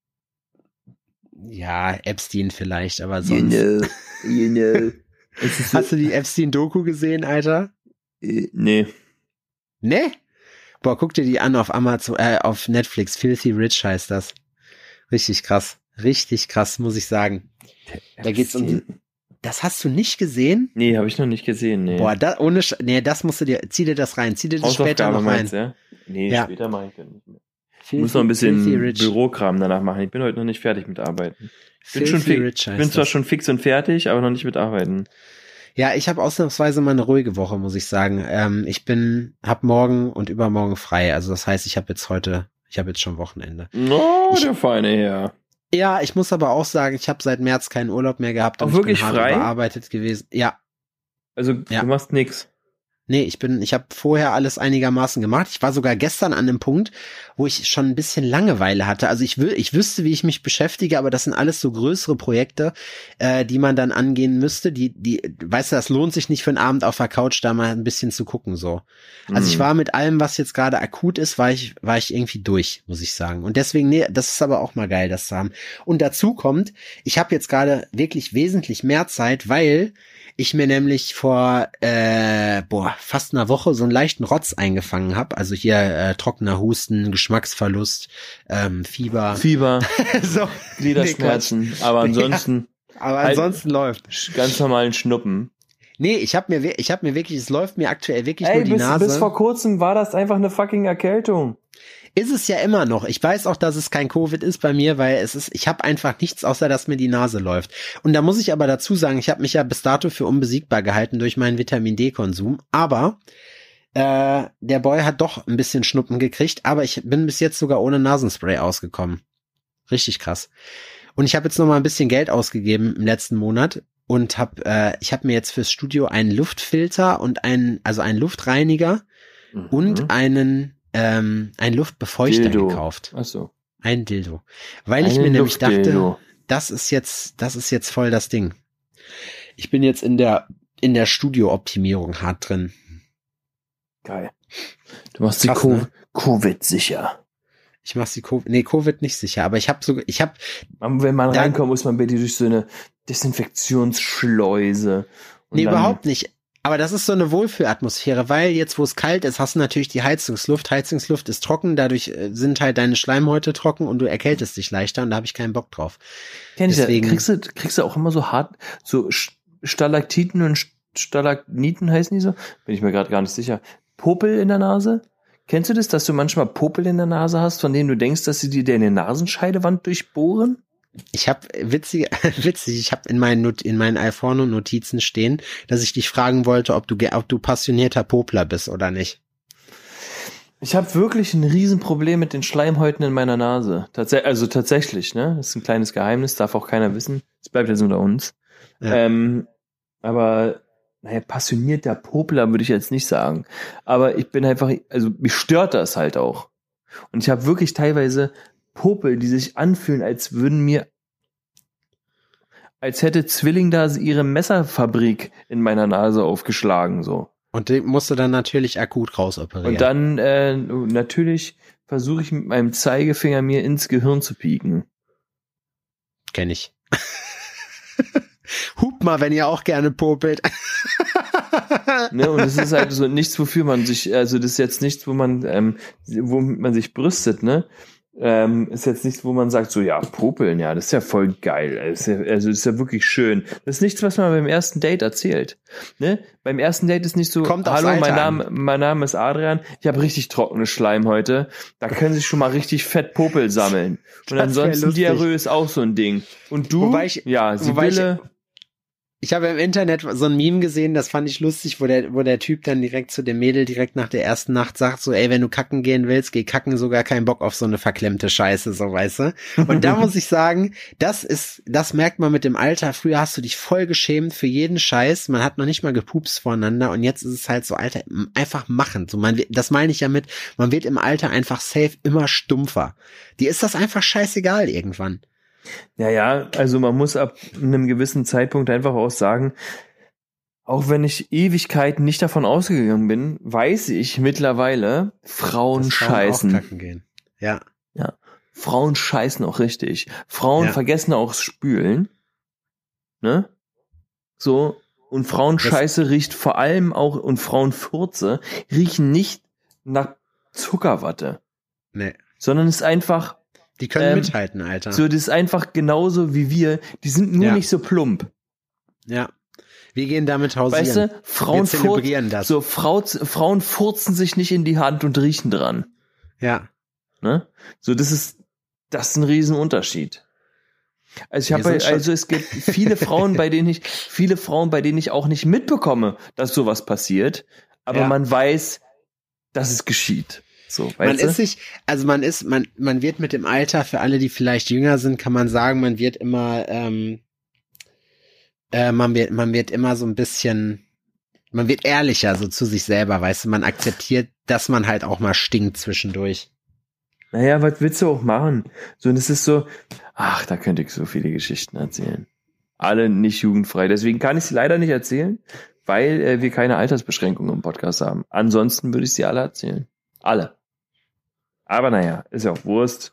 Ja, Epstein vielleicht, aber sonst... You know. Hast du die Epstein-Doku gesehen, Alter? Nee. Nee? Boah, guck dir die an auf Amazon, auf Netflix. Filthy Rich heißt das. Richtig krass, muss ich sagen. Da geht's um. Das hast du nicht gesehen? Nee, habe ich noch nicht gesehen. Nee. Boah, das musst du dir. Zieh dir das rein. Zieh dir das später noch rein. Meinst, ja? Nee, ja. Später mache ich das nicht mehr. Ich muss noch ein bisschen Bürokram danach machen. Ich bin heute noch nicht fertig mit Arbeiten. Ich bin zwar schon fix und fertig, aber noch nicht mit Arbeiten. Ja, ich habe ausnahmsweise mal eine ruhige Woche, muss ich sagen. Ich hab morgen und übermorgen frei. Also das heißt, ich habe jetzt schon Wochenende. Oh, der feine Herr. Ja, ich muss aber auch sagen, ich habe seit März keinen Urlaub mehr gehabt. Und auch wirklich hart frei? Überarbeitet gewesen. Ja. Also du machst nix. Nee, ich habe vorher alles einigermaßen gemacht. Ich war sogar gestern an einem Punkt, wo ich schon ein bisschen Langeweile hatte. Also ich wüsste, wie ich mich beschäftige, aber das sind alles so größere Projekte, die man dann angehen müsste. Weißt du, das lohnt sich nicht für einen Abend auf der Couch da mal ein bisschen zu gucken, so. Also ich war mit allem, was jetzt gerade akut ist, war ich irgendwie durch, muss ich sagen. Und deswegen, nee, das ist aber auch mal geil, das zu haben. Und dazu kommt, ich habe jetzt gerade wirklich wesentlich mehr Zeit, weil ich mir nämlich vor fast einer Woche so einen leichten Rotz eingefangen habe. Also hier trockener Husten, Geschmacksverlust, Fieber. So, Gliederschmerzen. Aber ansonsten. Ja, aber ansonsten läuft. Ganz normalen Schnuppen. Nee, ich hab mir wirklich, es läuft mir aktuell wirklich nur die Nase. Bis vor kurzem war das einfach eine fucking Erkältung. Ist es ja immer noch. Ich weiß auch, dass es kein Covid ist bei mir, weil ich habe einfach nichts, außer dass mir die Nase läuft. Und da muss ich aber dazu sagen, ich habe mich ja bis dato für unbesiegbar gehalten durch meinen Vitamin-D-Konsum. Aber der Boy hat doch ein bisschen Schnuppen gekriegt, aber ich bin bis jetzt sogar ohne Nasenspray ausgekommen. Richtig krass. Und ich habe jetzt noch mal ein bisschen Geld ausgegeben im letzten Monat und ich habe mir jetzt fürs Studio einen Luftfilter und einen Luftreiniger und einen Luftbefeuchter gekauft. Ach so. Ein Dildo. Weil ich mir nämlich dachte, das ist jetzt voll das Ding. Ich bin jetzt in der Studio-Optimierung hart drin. Geil. Du machst die Covid sicher. Ich mach sie Covid nicht sicher, aber wenn man reinkommt, muss man bitte durch so eine Desinfektionsschleuse. Nee, überhaupt nicht. Aber das ist so eine Wohlfühlatmosphäre, weil jetzt, wo es kalt ist, hast du natürlich die Heizungsluft. Heizungsluft ist trocken, dadurch sind halt deine Schleimhäute trocken und du erkältest dich leichter und da habe ich keinen Bock drauf. Deswegen kriegst du auch immer so hart, so Stalaktiten und Stalagniten heißen die so? Bin ich mir gerade gar nicht sicher. Popel in der Nase? Kennst du das, dass du manchmal Popel in der Nase hast, von denen du denkst, dass sie dir deine Nasenscheidewand durchbohren? Ich habe ich habe in meinen Alforno-Notizen stehen, dass ich dich fragen wollte, ob du passionierter Popler bist oder nicht. Ich habe wirklich ein Riesenproblem mit den Schleimhäuten in meiner Nase. Tatsächlich, ne? Das ist ein kleines Geheimnis, darf auch keiner wissen. Das bleibt jetzt unter uns. Ja. Aber passionierter Popler würde ich jetzt nicht sagen. Aber ich bin einfach, also mich stört das halt auch. Und ich habe wirklich teilweise Popel, die sich anfühlen, als hätte Zwilling da ihre Messerfabrik in meiner Nase aufgeschlagen, so. Und den musst du dann natürlich akut rausoperieren. Und dann natürlich versuche ich mit meinem Zeigefinger mir ins Gehirn zu pieken. Kenn ich. Hupt mal, wenn ihr auch gerne popelt. Ne, und es ist halt so nichts, wofür man sich, also das ist jetzt nichts, womit man sich brüstet, ne? Ist jetzt nichts, wo man sagt, so, ja, popeln, ja, das ist ja voll geil. Das ist ja wirklich schön. Das ist nichts, was man beim ersten Date erzählt. Ne? Beim ersten Date ist nicht so, hallo, mein Name ist Adrian, ich habe richtig trockene Schleimhäute. Da können sich schon mal richtig fett Popel sammeln. Und ansonsten Diarrhoe ist auch so ein Ding. Und du? Ich habe im Internet so ein Meme gesehen, das fand ich lustig, wo der Typ dann direkt zu dem Mädel direkt nach der ersten Nacht sagt, so, ey, wenn du kacken gehen willst, geh kacken, sogar keinen Bock auf so eine verklemmte Scheiße, so, weißt du? Und da muss ich sagen, das merkt man mit dem Alter. Früher hast du dich voll geschämt für jeden Scheiß, man hat noch nicht mal gepupst voreinander und jetzt ist es halt so, Alter, einfach machen. So, das meine ich ja mit, man wird im Alter einfach safe immer stumpfer. Dir ist das einfach scheißegal irgendwann. Ja, also man muss ab einem gewissen Zeitpunkt einfach auch sagen, auch wenn ich Ewigkeiten nicht davon ausgegangen bin, weiß ich mittlerweile, Frauen scheißen. Auch kacken gehen. Ja. Ja. Frauen scheißen auch richtig. Frauen vergessen auch das Spülen. Ne? So. Und Frauenscheiße riecht vor allem auch, und Frauenfurze riechen nicht nach Zuckerwatte. Nee. Sondern es ist einfach, die können mithalten, Alter. So, das ist einfach genauso wie wir. Die sind nur nicht so plump. Ja. Wir gehen damit hausieren. Weißt du, Frauen zelebrieren das. So, Frauen furzen sich nicht in die Hand und riechen dran. Ja. Ne? So, das ist ein Riesenunterschied. Also es gibt viele Frauen, bei denen ich auch nicht mitbekomme, dass sowas passiert. Aber man weiß, dass es geschieht. So, man wird mit dem Alter, für alle, die vielleicht jünger sind, kann man sagen, man wird immer, man wird immer so ein bisschen, man wird ehrlicher so zu sich selber, weißt du, man akzeptiert, dass man halt auch mal stinkt zwischendurch. Naja, was willst du auch machen? So, und es ist so, da könnte ich so viele Geschichten erzählen. Alle nicht jugendfrei. Deswegen kann ich sie leider nicht erzählen, weil wir keine Altersbeschränkungen im Podcast haben. Ansonsten würde ich sie alle erzählen. Alle. Aber naja, ist ja auch Wurst.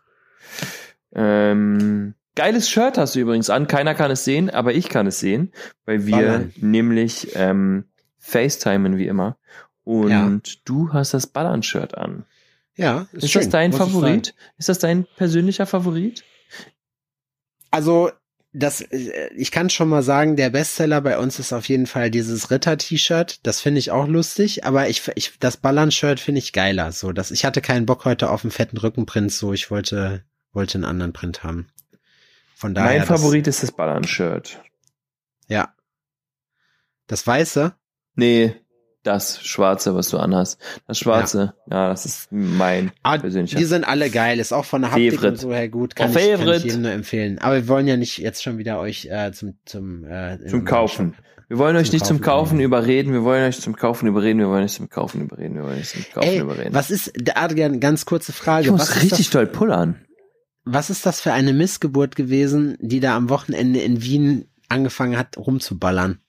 Geiles Shirt hast du übrigens an. Keiner kann es sehen, aber ich kann es sehen, weil wir nämlich FaceTimen wie immer. Und du hast das Ballern-Shirt an. Ja, Ist schön, das dein muss ich Favorit? sagen. Ist das dein persönlicher Favorit? Also, ich kann schon mal sagen, der Bestseller bei uns ist auf jeden Fall dieses Ritter-T-Shirt. Das finde ich auch lustig, aber das Ballern-Shirt finde ich geiler. So, ich hatte keinen Bock heute auf einen fetten Rückenprint, so ich wollte einen anderen Print haben. Von daher. Mein Favorit ist das Ballern-Shirt. Ja. Das Weiße? Nee, das Schwarze, was du anhast. Das Schwarze, ja das ist mein persönlicher. Die sind alle geil, ist auch von der Haptik Favorite. und so her gut, kann ich jedem nur empfehlen. Aber wir wollen ja nicht jetzt schon wieder euch zum Kaufen. Wir wollen euch nicht zum Kaufen überreden, wir wollen euch zum Kaufen überreden, wir wollen nicht zum Kaufen überreden, wir wollen nicht zum Kaufen überreden. Was ist, Adrian, ganz kurze Frage. Ich muss richtig doll pullern. Was ist das für eine Missgeburt gewesen, die da am Wochenende in Wien angefangen hat, rumzuballern?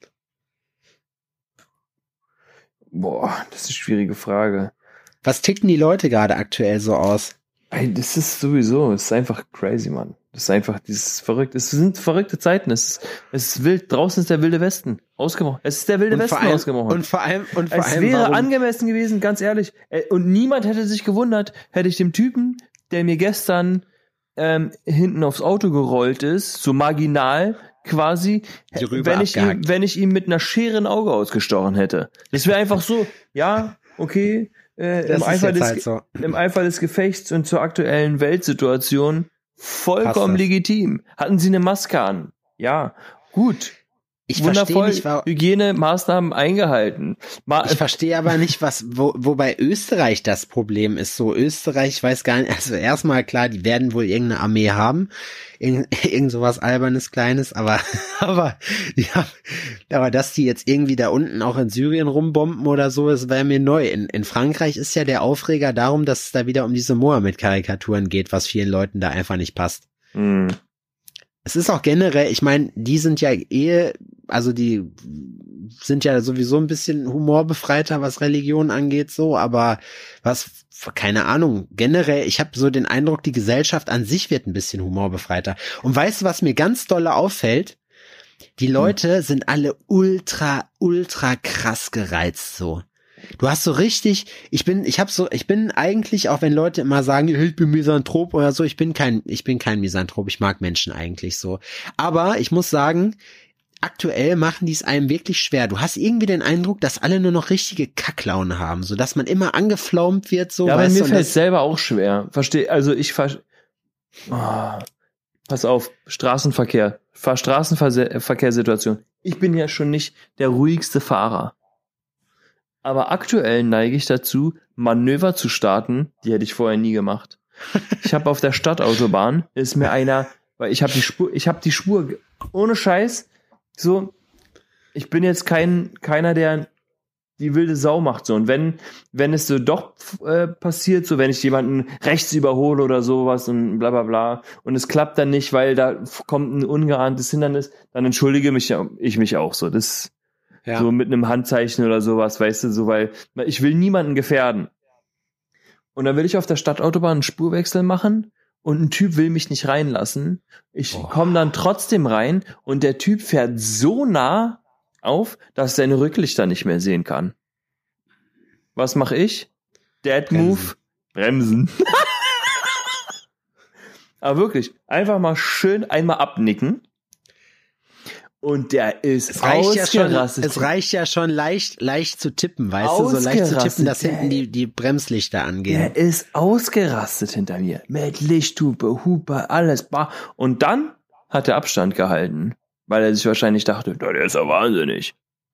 Boah, das ist eine schwierige Frage. Was ticken die Leute gerade aktuell so aus? Ey, das ist sowieso, es ist einfach crazy, Mann. Das ist einfach dieses verrückt. Es sind verrückte Zeiten. Es ist wild. Draußen ist der wilde Westen ausgebrochen. Es ist der wilde Westen ausgebrochen. Und vor allem, es wäre angemessen gewesen, ganz ehrlich. Und niemand hätte sich gewundert, hätte ich dem Typen, der mir gestern hinten aufs Auto gerollt ist, so marginal quasi, wenn ich ihm mit einer Schere ein Auge ausgestochen hätte. Das wäre einfach so, ja, okay, im Eifer des Gefechts und zur aktuellen Weltsituation vollkommen legitim. Hatten sie eine Maske an? Ja, gut. Ich wundervoll, nicht, Hygienemaßnahmen eingehalten. Ich verstehe aber nicht, wo bei Österreich das Problem ist. So, Österreich weiß gar nicht, also erstmal klar, die werden wohl irgendeine Armee haben. Irgend sowas Albernes, Kleines, aber dass die jetzt irgendwie da unten auch in Syrien rumbomben oder so, das wäre mir neu. In Frankreich ist ja der Aufreger darum, dass es da wieder um diese Mohammed-Karikaturen geht, was vielen Leuten da einfach nicht passt. Mhm. Es ist auch generell, ich meine, die sind ja die sind ja sowieso ein bisschen humorbefreiter, was Religion angeht, so, aber keine Ahnung, generell, ich habe so den Eindruck, die Gesellschaft an sich wird ein bisschen humorbefreiter. Und weißt du, was mir ganz dolle auffällt? Die Leute sind alle ultra krass gereizt, so. Du hast so richtig, ich bin eigentlich, auch wenn Leute immer sagen, ich bin Misanthrop oder so, ich bin kein Misanthrop, ich mag Menschen eigentlich so. Aber ich muss sagen, aktuell machen die es einem wirklich schwer. Du hast irgendwie den Eindruck, dass alle nur noch richtige Kacklaune haben, so dass man immer angeflaumt wird, so. Ja, aber mir fällt es selber auch schwer. Pass auf, Straßenverkehrssituation. Ich bin ja schon nicht der ruhigste Fahrer. Aber aktuell neige ich dazu, Manöver zu starten, die hätte ich vorher nie gemacht. Ich habe auf der Stadtautobahn, weil ich habe die Spur, ohne Scheiß, so, ich bin jetzt keiner, der die wilde Sau macht, so. Und wenn es so doch passiert, so, wenn ich jemanden rechts überhole oder sowas und bla bla bla, und es klappt dann nicht, weil da kommt ein ungeahntes Hindernis, dann entschuldige ich mich auch so. Das so mit einem Handzeichen oder sowas, weißt du, so, weil ich will niemanden gefährden. Und dann will ich auf der Stadtautobahn einen Spurwechsel machen und ein Typ will mich nicht reinlassen. Ich komme dann trotzdem rein und der Typ fährt so nah auf, dass ich seine Rücklichter nicht mehr sehen kann. Was mache ich? Dad Move, bremsen. Aber wirklich, einfach mal schön einmal abnicken. Und der ist ausgerastet. Es reicht ja schon leicht zu tippen, weißt du, so leicht zu tippen, dass hinten die Bremslichter angehen. Der ist ausgerastet hinter mir. Mit Lichthupe, Hupe, alles. Und dann hat er Abstand gehalten, weil er sich wahrscheinlich dachte, der ist ja wahnsinnig.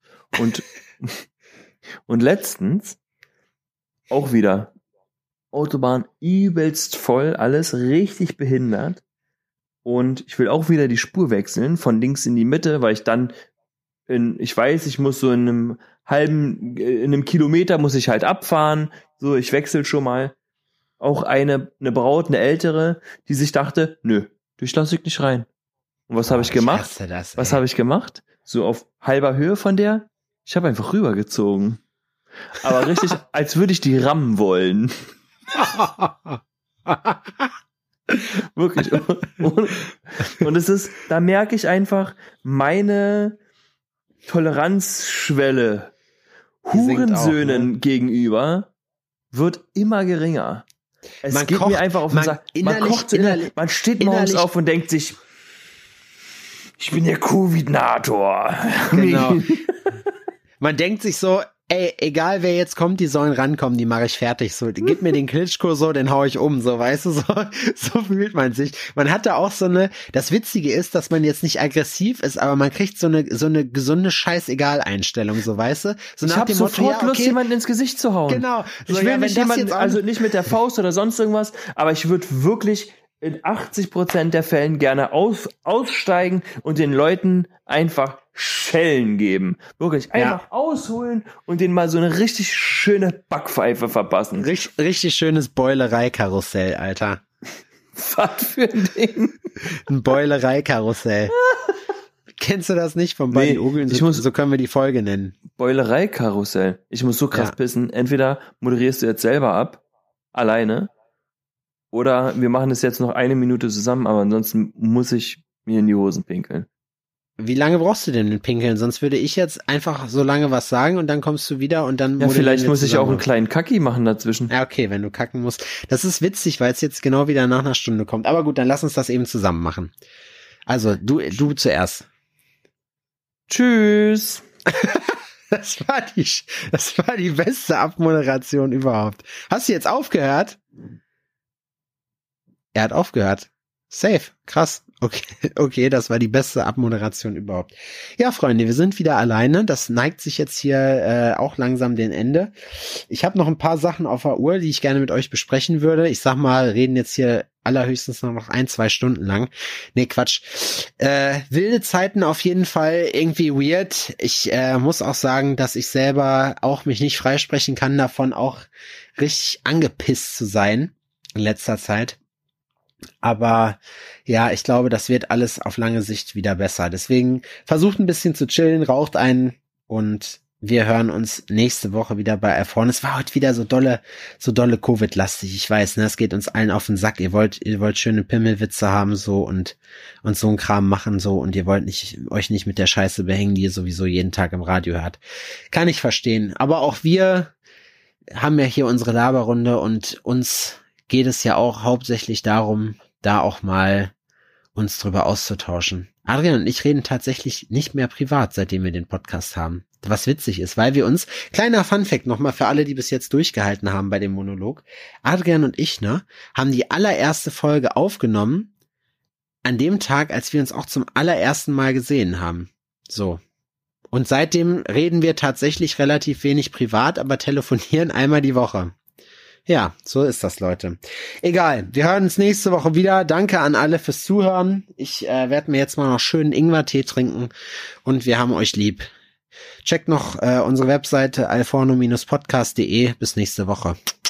Und letztens auch wieder Autobahn übelst voll, alles richtig behindert. Und ich will auch wieder die Spur wechseln, von links in die Mitte, weil ich dann ich muss so in einem Kilometer muss ich halt abfahren. So, ich wechsle schon mal. Auch eine Braut, eine ältere, die sich dachte, nö, dich lasse ich nicht rein. Und was habe ich gemacht? Was habe ich gemacht? So auf halber Höhe von der, ich habe einfach rübergezogen. Aber richtig, als würde ich die rammen wollen. Wirklich. Und da merke ich einfach meine Toleranzschwelle Hurensöhnen gegenüber wird immer geringer. Es Man geht kocht- mir einfach auf den man Sack. innerlich- Man steht morgens innerlich- auf und denkt sich, ich bin der Covid-Nator. Genau. Man denkt sich so, ey, egal wer jetzt kommt, die sollen rankommen, die mache ich fertig. So, gib mir den Klitschko so, den hau ich um, so, weißt du, so fühlt man sich. Man hat da auch das Witzige ist, dass man jetzt nicht aggressiv ist, aber man kriegt so eine gesunde Scheißegal-Einstellung, so, weißt du? So Ich habe sofort Lust, jemanden ins Gesicht zu hauen. Genau. So, Ich will ja, nicht wenn das jemanden, jetzt also nicht mit der Faust oder sonst irgendwas, aber ich würde wirklich in 80% der Fällen gerne aussteigen und den Leuten einfach Schellen geben. Wirklich einfach ausholen und denen mal so eine richtig schöne Backpfeife verpassen. richtig schönes Beulerei-Karussell, Alter. Was für ein Ding. Ein Beulerei-Karussell. Kennst du das nicht von beiden Ugeln? So können wir die Folge nennen. Beulerei-Karussell. Ich muss so krass pissen. Entweder moderierst du jetzt selber ab, alleine, oder wir machen das jetzt noch 1 Minute zusammen, aber ansonsten muss ich mir in die Hosen pinkeln. Wie lange brauchst du denn mit Pinkeln? Sonst würde ich jetzt einfach so lange was sagen und dann kommst du wieder und dann... Ja, vielleicht muss ich auch einen kleinen Kacki machen dazwischen. Ja, okay, wenn du kacken musst. Das ist witzig, weil es jetzt genau wieder nach einer Stunde kommt. Aber gut, dann lass uns das eben zusammen machen. Also, du zuerst. Tschüss. Das war die beste Abmoderation überhaupt. Hast du jetzt aufgehört? Er hat aufgehört. Safe. Krass. Okay, das war die beste Abmoderation überhaupt. Ja, Freunde, wir sind wieder alleine. Das neigt sich jetzt hier auch langsam dem Ende. Ich habe noch ein paar Sachen auf der Uhr, die ich gerne mit euch besprechen würde. Ich sag mal, reden jetzt hier allerhöchstens noch 1-2 Stunden lang. Nee, Quatsch. Wilde Zeiten auf jeden Fall, irgendwie weird. Ich muss auch sagen, dass ich selber auch mich nicht freisprechen kann davon, auch richtig angepisst zu sein in letzter Zeit. Aber ja, ich glaube, das wird alles auf lange Sicht wieder besser. Deswegen versucht ein bisschen zu chillen, raucht einen und wir hören uns nächste Woche wieder bei Erfahren. Es war heute wieder so dolle Covid-lastig. Ich weiß, ne, es geht uns allen auf den Sack. Ihr wollt schöne Pimmelwitze haben so und so ein Kram machen so und ihr wollt euch nicht mit der Scheiße behängen, die ihr sowieso jeden Tag im Radio hört. Kann ich verstehen. Aber auch wir haben ja hier unsere Laberrunde und uns geht es ja auch hauptsächlich darum, da auch mal uns drüber auszutauschen. Adrian und ich reden tatsächlich nicht mehr privat, seitdem wir den Podcast haben. Was witzig ist, weil wir uns, kleiner Funfact nochmal für alle, die bis jetzt durchgehalten haben bei dem Monolog, Adrian und ich, haben die allererste Folge aufgenommen an dem Tag, als wir uns auch zum allerersten Mal gesehen haben. So. Und seitdem reden wir tatsächlich relativ wenig privat, aber telefonieren einmal die Woche. Ja, so ist das, Leute. Egal, wir hören uns nächste Woche wieder. Danke an alle fürs Zuhören. Ich werde mir jetzt mal noch schönen Ingwertee trinken und wir haben euch lieb. Checkt noch unsere Webseite alforno-podcast.de. Bis nächste Woche.